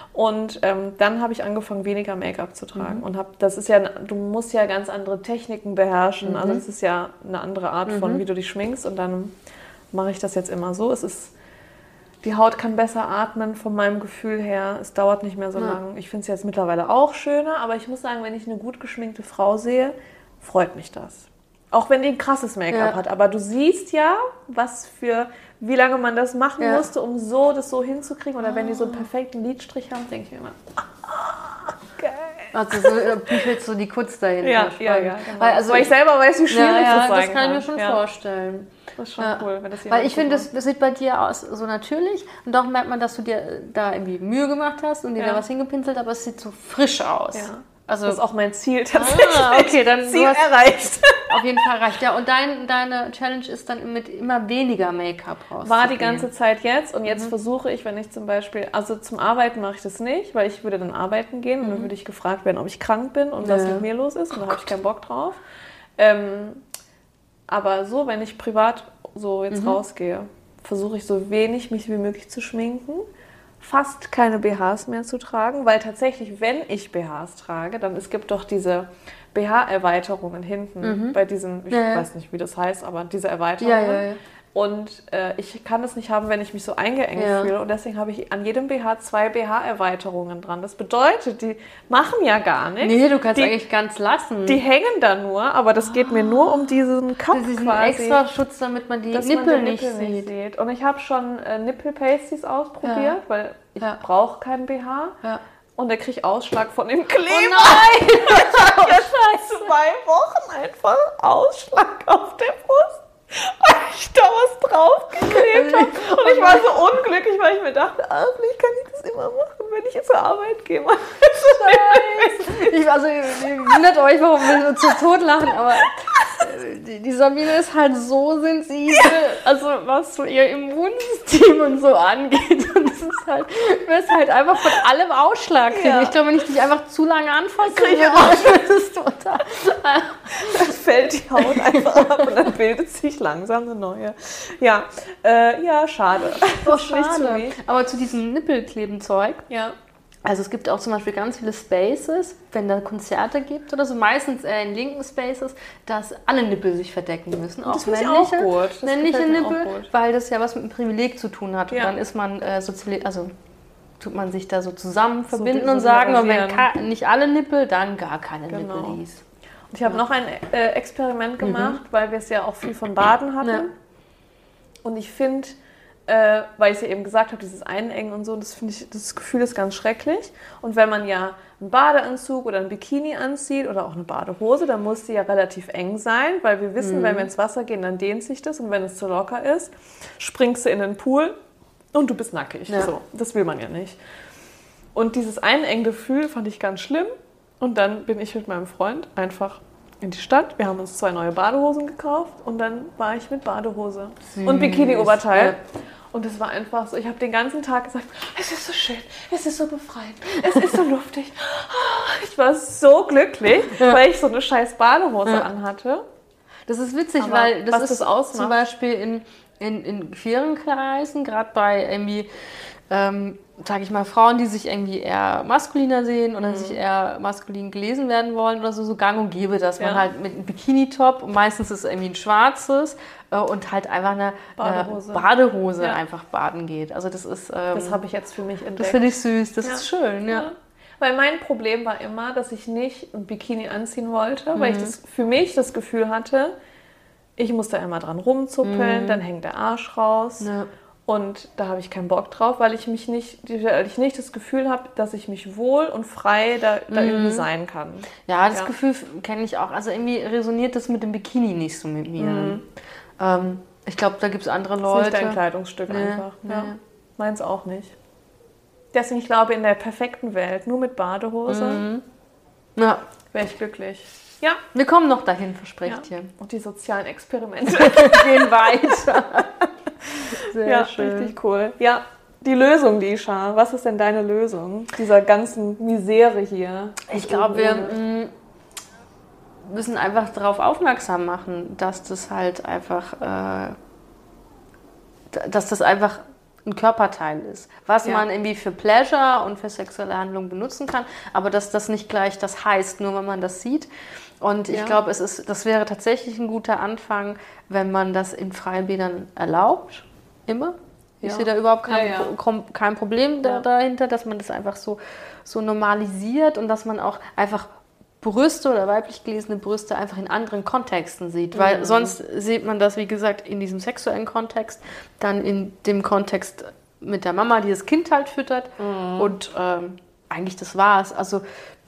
S2: Und ähm, dann habe ich angefangen, weniger Make-up zu tragen.
S1: Mhm.
S2: Und hab, das ist ja, du musst ja ganz andere Techniken beherrschen.
S1: Mhm.
S2: Also das ist ja eine andere Art von, wie du dich schminkst. Und dann mache ich das jetzt immer so. Es ist Die Haut kann besser atmen, von meinem Gefühl her. Es dauert nicht mehr so
S1: Ja.
S2: lange. Ich finde es jetzt mittlerweile auch schöner, aber ich muss sagen, wenn ich eine gut geschminkte Frau sehe, freut mich das. Auch wenn die ein krasses Make-up
S1: Ja.
S2: hat. Aber du siehst ja, was für, wie lange man das machen
S1: Ja.
S2: musste, um so das so hinzukriegen. Oder wenn die so einen perfekten Lidstrich haben, denke ich mir immer, ah, geil.
S1: Also so äh, büchelt so die Kunst dahinter.
S2: Ja,
S1: Spannend.
S2: ja, ja. Genau.
S1: Weil, also
S2: Weil ich selber weiß, wie
S1: ja,
S2: schwierig
S1: ja,
S2: das sein
S1: das kann ich mir schon
S2: ja.
S1: vorstellen.
S2: Das ist schon
S1: Ja.
S2: cool, wenn das
S1: Weil
S2: jemand
S1: ich finde,
S2: so
S1: das, das sieht bei dir aus so natürlich und doch merkt man, dass du dir da irgendwie Mühe gemacht hast und dir
S2: Ja.
S1: da was hingepinselt, aber es sieht so frisch aus.
S2: Ja.
S1: Also
S2: Das ist auch mein Ziel tatsächlich.
S1: Ah, okay, dann
S2: Ziel
S1: du hast-
S2: erreicht.
S1: auf jeden Fall reicht. Ja, und dein, deine Challenge ist dann mit immer weniger Make-up rauszugehen.
S2: War die ganze Zeit jetzt und jetzt
S1: Mhm.
S2: versuche ich, wenn ich zum Beispiel, also zum Arbeiten mache ich das nicht, weil ich würde dann arbeiten gehen und dann würde ich gefragt werden, ob ich krank bin und was
S1: Mhm. Ja.
S2: mit mir los ist und da habe ich keinen Bock drauf. Ähm, aber so, wenn ich privat so jetzt
S1: Mhm.
S2: rausgehe, versuche ich so wenig mich wie möglich zu schminken, fast keine B Hs mehr zu tragen, weil tatsächlich, wenn ich B Hs trage, dann es gibt doch diese B H-Erweiterungen hinten bei diesen, ich
S1: Mhm. Ja, ja.
S2: weiß nicht, wie das heißt, aber diese Erweiterungen.
S1: Ja, ja, ja.
S2: Und äh, ich kann das nicht haben, wenn ich mich so eingeengt
S1: Ja.
S2: fühle. Und deswegen habe ich an jedem B H zwei B H-Erweiterungen dran. Das bedeutet, die machen ja gar nichts.
S1: Nee, du kannst
S2: die,
S1: eigentlich ganz lassen.
S2: die hängen da nur, aber das geht mir nur um diesen Cup
S1: das ist ein
S2: quasi.
S1: extra Schutz, damit man die
S2: dass
S1: Nippel,
S2: man die
S1: nicht,
S2: Nippel
S1: sieht.
S2: nicht sieht. Und ich habe schon äh, Nippel-Pasties ausprobiert,
S1: Ja.
S2: weil ich
S1: Ja.
S2: brauche keinen B H.
S1: Ja.
S2: Und da kriege ich Ausschlag von dem Kleber.
S1: Oh nein!
S2: Jetzt zwei Wochen einfach Ausschlag auf der Brust, weil ich da was draufgeklebt habe. Und ich war so unglücklich, weil ich mir dachte, ah, vielleicht kann ich das immer machen, wenn ich zur Arbeit gehe.
S1: Ich, also, ihr wundert euch, warum wir uns so tot lachen, aber die, die Sabine ist halt so sensibel, also was so ihr Immunsystem und so angeht. Und das ist halt, du wirst halt einfach von allem Ausschlag kriegen. Ja. Ich glaube, wenn ich dich einfach zu lange anfasse,
S2: das ist total. Dann fällt die Haut einfach ab und dann bildet sich langsam eine neue. Ja, äh, ja, schade.
S1: Oh, schade. Aber zu diesem Nippelklebenzeug.
S2: Ja.
S1: Also es gibt auch zum Beispiel ganz viele Spaces, wenn da Konzerte gibt oder so, meistens äh, in linken Spaces, dass alle Nippel sich verdecken müssen, auch
S2: das
S1: männliche,
S2: auch gut. Das
S1: männliche Nippel, weil das ja was mit dem Privileg zu tun hat.
S2: Ja.
S1: Und dann ist man äh, sozial, also tut man sich da so zusammen verbinden so, und sagen, und wenn ka- nicht alle Nippel, dann gar keine
S2: genau.
S1: Nippelis.
S2: Und ich habe ja. noch ein äh, Experiment gemacht, mhm. weil wir es ja auch viel von Baden hatten. Ja. Und ich finde, Äh, weil ich ja eben gesagt habe, dieses Einengen und so, das finde ich, das Gefühl ist ganz schrecklich. Und wenn man ja einen Badeanzug oder ein Bikini anzieht oder auch eine Badehose, dann muss die ja relativ eng sein, weil wir wissen, mhm. wenn wir ins Wasser gehen, dann dehnt sich das und wenn es zu locker ist, springst du in den Pool und du bist nackig. Ja. So, das will man ja nicht. Und dieses Einengen-Gefühl fand ich ganz schlimm. Und dann bin ich mit meinem Freund einfach in die Stadt. Wir haben uns zwei neue Badehosen gekauft und dann war ich mit Badehose Süß. Und Bikini-Oberteil. Ja. Und es war einfach so, ich habe den ganzen Tag gesagt, es ist so schön, es ist so befreiend, es ist so luftig. Ich war so glücklich, ja. weil ich so eine scheiß Badehose ja. anhatte.
S1: Das ist witzig,
S2: Aber
S1: weil das
S2: was
S1: ist
S2: das ausmacht.
S1: Zum Beispiel in, in, in queeren Kreisen, gerade bei irgendwie, ähm, sage ich mal, Frauen, die sich irgendwie eher maskuliner sehen oder mhm. sich eher maskulin gelesen werden wollen oder so, so gang und gäbe, dass man ja. halt mit einem Bikini-Top, meistens ist es irgendwie ein schwarzes, äh, und halt einfach eine Badehose, eine Badehose ja. einfach baden geht. Also das ist... Ähm,
S2: das habe ich jetzt für mich entdeckt.
S1: Das finde ich süß, das
S2: ja.
S1: ist schön, ja.
S2: ja. Weil mein Problem war immer, dass ich nicht ein Bikini anziehen wollte, mhm. weil ich das für mich das Gefühl hatte, ich muss da immer dran rumzuppeln, mhm. dann hängt der Arsch raus. Ja. Und da habe ich keinen Bock drauf, weil ich mich nicht, weil ich nicht das Gefühl habe, dass ich mich wohl und frei da, da mhm. irgendwie sein kann.
S1: Ja, das ja. Gefühl kenne ich auch. Also irgendwie resoniert das mit dem Bikini nicht so mit mir. Mhm. Ähm, ich glaube, da gibt es andere Leute.
S2: Das ist nicht dein Kleidungsstück nee, einfach.
S1: Nee.
S2: Ja. Meins auch nicht. Deswegen, ich glaube, in der perfekten Welt, nur mit Badehose,
S1: mhm. ja.
S2: wäre ich glücklich. Ja.
S1: Wir kommen noch dahin, versprecht
S2: ja.
S1: ihr.
S2: Und die sozialen Experimente
S1: gehen weiter. Sehr
S2: ja,
S1: schön.
S2: Richtig cool. Ja, die Lösung, Lisha. Was ist denn deine Lösung dieser ganzen Misere hier?
S1: Ich glaube, wir m- müssen einfach darauf aufmerksam machen, dass das halt einfach, äh, dass das einfach ein Körperteil ist, was ja. man irgendwie für Pleasure und für sexuelle Handlungen benutzen kann, aber dass das nicht gleich das heißt, nur wenn man das sieht. Und ich ja. glaube, es ist, das wäre tatsächlich ein guter Anfang, wenn man das in Freibädern erlaubt, immer. Ich ja. sehe da überhaupt kein, ja, ja. kein Problem da, ja. dahinter, dass man das einfach so, so normalisiert und dass man auch einfach Brüste oder weiblich gelesene Brüste einfach in anderen Kontexten sieht. Mhm. Weil sonst sieht man das, wie gesagt, in diesem sexuellen Kontext, dann in dem Kontext mit der Mama, die das Kind halt füttert mhm. und ähm, eigentlich das war's. Also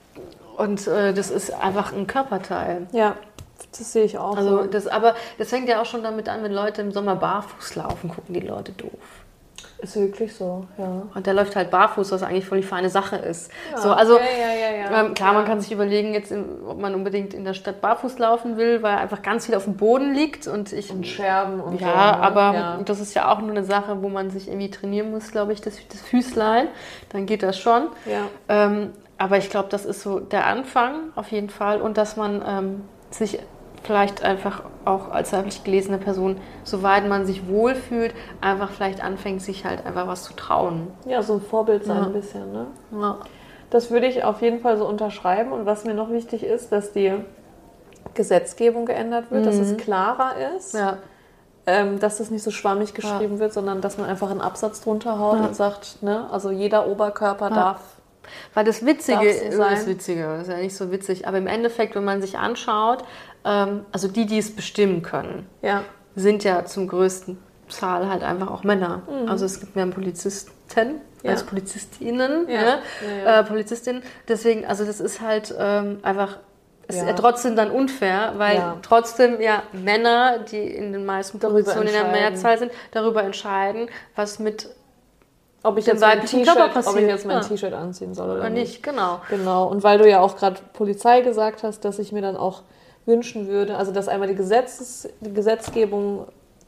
S1: und äh, das ist einfach ein Körperteil.
S2: Ja, das sehe ich auch.
S1: Also
S2: so.
S1: das, aber das fängt ja auch schon damit an, wenn Leute im Sommer barfuß laufen, gucken die Leute doof.
S2: Ist wirklich so, ja.
S1: Und der läuft halt barfuß, was eigentlich voll die feine Sache ist.
S2: Ja,
S1: so, also
S2: ja, ja, ja, ja.
S1: Ähm, klar, man kann sich überlegen, jetzt, ob man unbedingt in der Stadt barfuß laufen will, weil einfach ganz viel auf dem Boden liegt und ich
S2: und Scherben und
S1: ja,
S2: so.
S1: Aber
S2: ja.
S1: das ist ja auch nur eine Sache, wo man sich irgendwie trainieren muss, glaube ich, das, das Füßlein. Dann geht das schon.
S2: Ja.
S1: Ähm, aber ich glaube, das ist so der Anfang auf jeden Fall und dass man ähm, sich vielleicht einfach auch als weiblich gelesene Person, soweit man sich wohlfühlt, einfach vielleicht anfängt, sich halt einfach was zu trauen.
S2: Ja, so ein Vorbild sein
S1: ja.
S2: ein bisschen, ne?
S1: Ja.
S2: Das würde ich auf jeden Fall so unterschreiben. Und was mir noch wichtig ist, dass die Gesetzgebung geändert wird, mhm. dass es klarer ist,
S1: ja.
S2: ähm, dass das nicht so schwammig geschrieben ja. wird, sondern dass man einfach einen Absatz drunter haut ja. und sagt, ne, also jeder Oberkörper ja. darf.
S1: Weil das Witzige
S2: so sein.
S1: das Witzige, das ist ja nicht so witzig, aber im Endeffekt, wenn man sich anschaut, ähm, also die, die es bestimmen können,
S2: ja.
S1: sind ja zum größten Zahl halt einfach auch Männer. Mhm. Also es gibt mehr Polizisten
S2: ja.
S1: als Polizistinnen,
S2: ja.
S1: ne?
S2: ja, ja.
S1: Äh, Polizistinnen. Deswegen, also das ist halt ähm, einfach, ist ja. ja trotzdem dann unfair, weil
S2: ja.
S1: trotzdem ja Männer, die in den meisten Positionen in der Mehrzahl sind, darüber entscheiden, was mit
S2: Ob ich, jetzt mein T-Shirt, ob ich jetzt mein ja. T-Shirt anziehen soll oder,
S1: oder nicht. Genau.
S2: Genau. Und weil du ja auch gerade Polizei gesagt hast, dass ich mir dann auch wünschen würde. Also dass einmal die, Gesetzes, die Gesetzgebung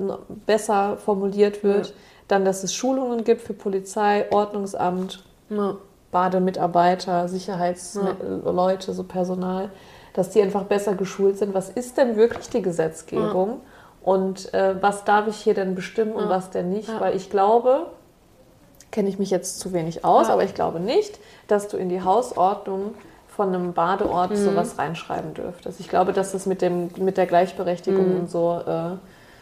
S2: besser formuliert wird, ja. Dann, dass es Schulungen gibt für Polizei, Ordnungsamt, ja. Bademitarbeiter, Sicherheitsleute, ja. so Personal, dass die einfach besser geschult sind. Was ist denn wirklich die Gesetzgebung? Ja. Und äh, was darf ich hier denn bestimmen und ja. was denn nicht? Ja. Weil ich glaube, kenne ich mich jetzt zu wenig aus, ja. aber ich glaube nicht, dass du in die Hausordnung von einem Badeort mhm. sowas reinschreiben dürftest. Ich glaube, dass das mit, dem, mit der Gleichberechtigung mhm. und so äh,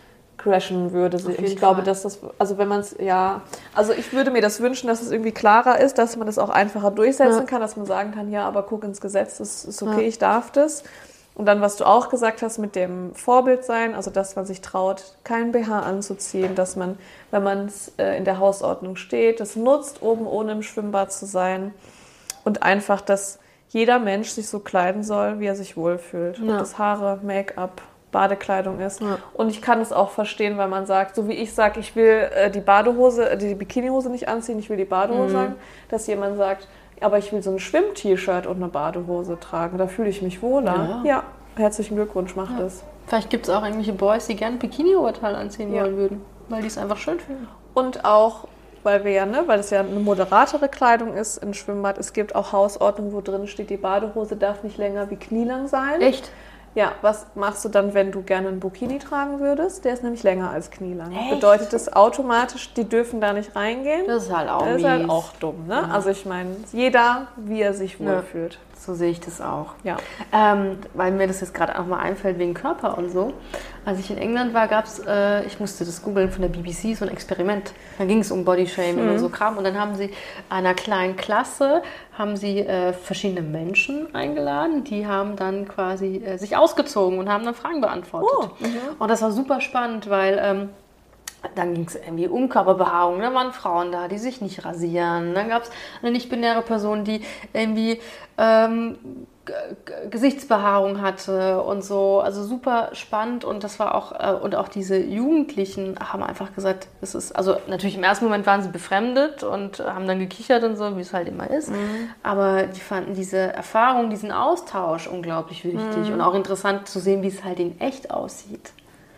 S2: crashen würde. Ich glaube, Fall. dass das, also wenn man es, ja, also ich würde mir das wünschen, dass es irgendwie klarer ist, dass man das auch einfacher durchsetzen ja. kann, dass man sagen kann, ja, aber guck ins Gesetz, das ist okay, ja. ich darf das. Und dann, was du auch gesagt hast mit dem Vorbild sein, also dass man sich traut, kein B H anzuziehen, dass man, wenn man es äh, in der Hausordnung steht, das nutzt, oben ohne im Schwimmbad zu sein und einfach, dass jeder Mensch sich so kleiden soll, wie er sich wohlfühlt. Ja. Ob das Haare, Make-up, Badekleidung ist. Ja. Und ich kann es auch verstehen, weil man sagt, so wie ich sage, ich will äh, die Badehose, die Bikinihose nicht anziehen, ich will die Badehose mhm. an, dass jemand sagt, aber ich will so ein Schwimm-T-Shirt und eine Badehose tragen, da fühle ich mich wohler. Ja, ja. Herzlichen Glückwunsch, macht ja. es.
S1: Vielleicht gibt es auch irgendwelche Boys, die gerne Bikini-Oberteil anziehen ja. wollen würden, weil die es einfach schön finden.
S2: Und auch, weil wir ja, ne, weil es ja eine moderatere Kleidung ist im Schwimmbad, es gibt auch Hausordnungen, wo drin steht, die Badehose darf nicht länger wie knielang sein.
S1: Echt?
S2: Ja, was machst du dann, wenn du gerne einen Bikini tragen würdest? Der ist nämlich länger als knielang. Echt? Bedeutet das automatisch, die dürfen da nicht reingehen?
S1: Das ist halt auch
S2: Das ist
S1: mies.
S2: halt auch dumm, ne? Ja. Also ich meine, jeder, wie er sich wohlfühlt.
S1: Ja. So sehe ich das auch.
S2: Ja.
S1: Ähm, weil mir das jetzt gerade auch mal einfällt wegen Körper und so. Als ich in England war, gab es, äh, ich musste das googeln, von der B B C, so ein Experiment. Da ging es um Bodyshaming mhm. und so Kram. Und dann haben sie einer kleinen Klasse, haben sie äh, verschiedene Menschen eingeladen. Die haben dann quasi äh, sich ausgezogen und haben dann Fragen beantwortet. Oh, mhm. Und das war super spannend, weil... Ähm, Dann ging es irgendwie um Körperbehaarung, da waren Frauen da, die sich nicht rasieren. Dann gab es eine nicht-binäre Person, die irgendwie ähm, G- G- Gesichtsbehaarung hatte und so. Also super spannend und das war auch, äh, und auch diese Jugendlichen haben einfach gesagt, es ist, also natürlich im ersten Moment waren sie befremdet und haben dann gekichert und so, wie es halt immer ist. Mhm. Aber die fanden diese Erfahrung, diesen Austausch unglaublich wichtig mhm. und auch interessant zu sehen, wie es halt in echt aussieht.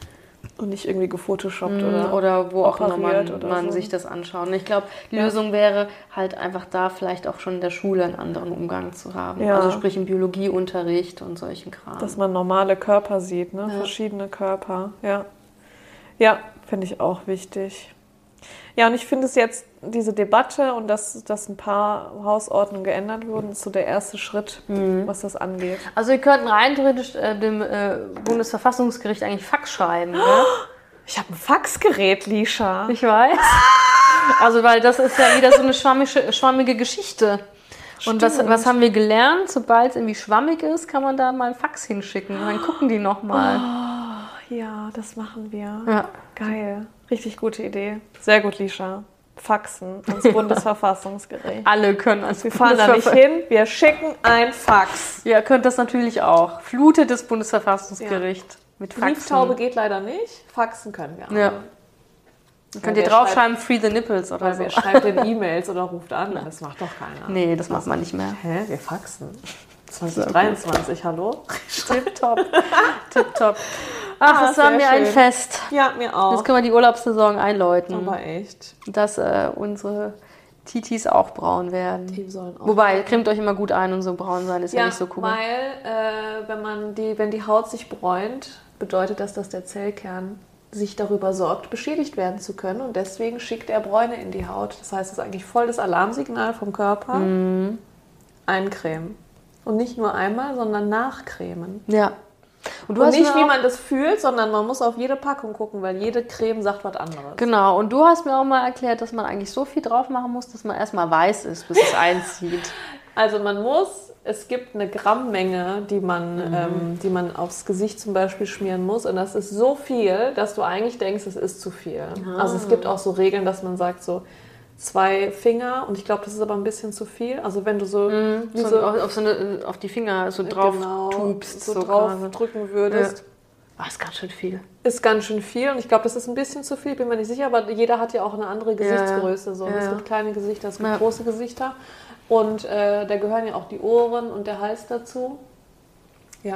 S2: Und nicht irgendwie gefotoshoppt
S1: mm,
S2: oder
S1: oder wo auch immer man,
S2: oder
S1: man
S2: so.
S1: sich das anschaut. Und ich glaube, die
S2: ja.
S1: Lösung wäre halt einfach da vielleicht auch schon in der Schule einen anderen Umgang zu haben.
S2: Ja.
S1: Also sprich im Biologieunterricht und solchen Kram.
S2: Dass man normale Körper sieht, ne? Ja. Verschiedene Körper. Ja, ja, finde ich auch wichtig. Ja, und ich finde es jetzt, diese Debatte und dass, dass ein paar Hausordnungen geändert wurden, ist so der erste Schritt, mhm. was das angeht.
S1: Also wir könnten rein theoretisch äh, dem äh, Bundesverfassungsgericht eigentlich Fax schreiben. Ne?
S2: Ich habe ein Faxgerät, Lisha.
S1: Ich weiß. Also weil das ist ja wieder so eine schwammige, schwammige Geschichte. Und was, was haben wir gelernt? Sobald es irgendwie schwammig ist, kann man da mal ein Fax hinschicken. Und dann gucken die nochmal.
S2: Oh, ja, das machen wir.
S1: Ja.
S2: Geil. Richtig gute Idee. Sehr gut, Lisha. Faxen ans Bundesverfassungsgericht.
S1: Alle können ans
S2: Wir fahren da nicht hin, wir schicken ein Fax.
S1: Ihr könnt das natürlich auch. Flutet das Bundesverfassungsgericht ja. mit Faxen.
S2: Brieftaube geht leider nicht. Faxen können wir.
S1: Ja. Dann könnt ihr draufschreiben, Free the Nipples oder
S2: weil
S1: so.
S2: Wer schreibt denn E-Mails oder ruft an? Das macht doch keiner.
S1: Nee, das macht man nicht mehr.
S2: Hä? Wir faxen. zwanzig dreiundzwanzig, hallo?
S1: Tipptopp. Tipptopp. Ach, ah, es war mir schön. Ein Fest.
S2: Ja, mir auch.
S1: Jetzt können wir die Urlaubssaison einläuten.
S2: Aber echt.
S1: Dass äh, unsere Titis auch braun werden.
S2: Die sollen auch
S1: Wobei,
S2: braun.
S1: Cremt euch immer gut ein und so braun sein ist ja, ja nicht so cool.
S2: Weil, äh, wenn, man die, wenn die Haut sich bräunt, bedeutet das, dass der Zellkern sich darüber sorgt, beschädigt werden zu können. Und deswegen schickt er Bräune in die Haut. Das heißt, es ist eigentlich voll das Alarmsignal vom Körper.
S1: Mhm.
S2: Eincremen. Und nicht nur einmal, sondern nachcremen.
S1: Ja.
S2: Und, du und hast nicht, wie man das fühlt, sondern man muss auf jede Packung gucken, weil jede Creme sagt was anderes.
S1: Genau, und du hast mir auch mal erklärt, dass man eigentlich so viel drauf machen muss, dass man erstmal weiß ist, bis es einzieht.
S2: Also man muss, es gibt eine Grammmenge, die man, mhm. ähm, die man aufs Gesicht zum Beispiel schmieren muss. Und das ist so viel, dass du eigentlich denkst, es ist zu viel. Ah. Also es gibt auch so Regeln, dass man sagt so, zwei Finger und ich glaube, das ist aber ein bisschen zu viel. Also wenn du so,
S1: mm, so, so auf, so eine, auf die Finger so drauf
S2: genau,
S1: tubst,
S2: so, so drauf quasi. Drücken würdest.
S1: Ja. Oh, ist ganz schön viel.
S2: Ist ganz schön viel und ich glaube, das ist ein bisschen zu viel, bin mir nicht sicher, aber jeder hat ja auch eine andere Gesichtsgröße. So. Ja, es gibt kleine Gesichter, es gibt ja. große Gesichter und äh, da gehören ja auch die Ohren und der Hals dazu. Ja.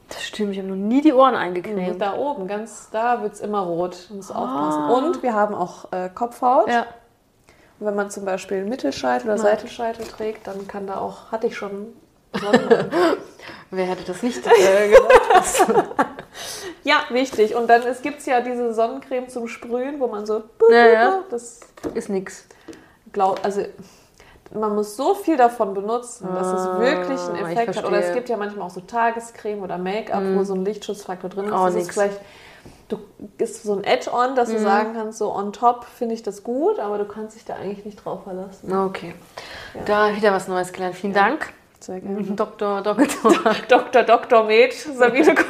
S1: Das stimmt, ich habe noch nie die Ohren eingecremt.
S2: Da oben, ganz da wird es immer rot. Du musst aufpassen. Und wir haben auch äh, Kopfhaut.
S1: Ja.
S2: Und wenn man zum Beispiel Mittelscheitel oder Seitelscheitel trägt, dann kann da auch, hatte ich schon Sonnen.
S1: Wer hätte das nicht äh, gemacht?
S2: Ja, wichtig. Und dann gibt es ja diese Sonnencreme zum Sprühen, wo man so,
S1: Ja, ja.
S2: das
S1: Ist nix.
S2: glaub, also man muss so viel davon benutzen, dass es wirklich einen
S1: Ah, ich
S2: Effekt hat. Oder es
S1: verstehe.
S2: gibt ja manchmal auch so Tagescreme oder Make-up, wo so ein Lichtschutzfaktor drin ist.
S1: Oh,
S2: das
S1: nix.
S2: ist vielleicht, du ist so ein Add-on, dass du sagen kannst, so on top finde ich das gut, aber du kannst dich da eigentlich nicht drauf verlassen.
S1: Okay. Da wieder was Neues gelernt. Vielen Dank.
S2: Sehr gerne.
S1: Doktor, Doktor.
S2: Doktor, Doktor Med, Sabine Kusch.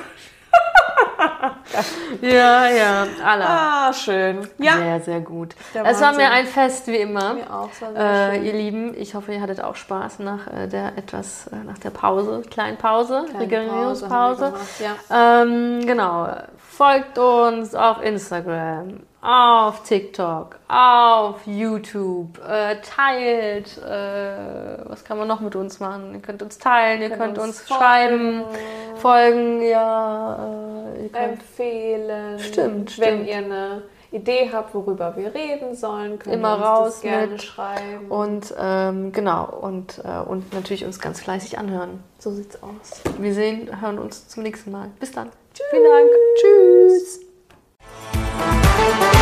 S1: Ja, ja. Allah.
S2: Ah, schön. Ja,
S1: Sehr, sehr gut.
S2: Der
S1: Es war
S2: Wahnsinn.
S1: mir ein Fest, wie immer.
S2: mir auch. Es war sehr
S1: Äh,
S2: schön.
S1: ihr Lieben, ich hoffe, ihr hattet auch Spaß nach äh, der etwas, äh, nach der Pause, kleinen Pause,
S2: Kleine
S1: Regenerierungspause.
S2: Pause haben wir gemacht, ja.
S1: Ähm, genau. Folgt uns auf Instagram, auf TikTok, auf YouTube. Äh, teilt. Äh, was kann man noch mit uns machen? Ihr könnt uns teilen, ihr könnt,
S2: Könnt uns
S1: uns
S2: folgen.
S1: schreiben, folgen, ja. Äh, ihr könnt
S2: Empfehlen.
S1: Stimmt,
S2: Wenn
S1: stimmt.
S2: ihr eine Idee habt, worüber wir reden sollen, könnt
S1: Immer
S2: ihr uns
S1: raus
S2: das gerne
S1: mit.
S2: schreiben.
S1: Und ähm, genau, und, äh, und natürlich uns ganz fleißig anhören.
S2: So sieht's aus.
S1: Wir sehen, hören uns zum nächsten Mal. Bis dann. Tschüss. Vielen Dank. Tschüss.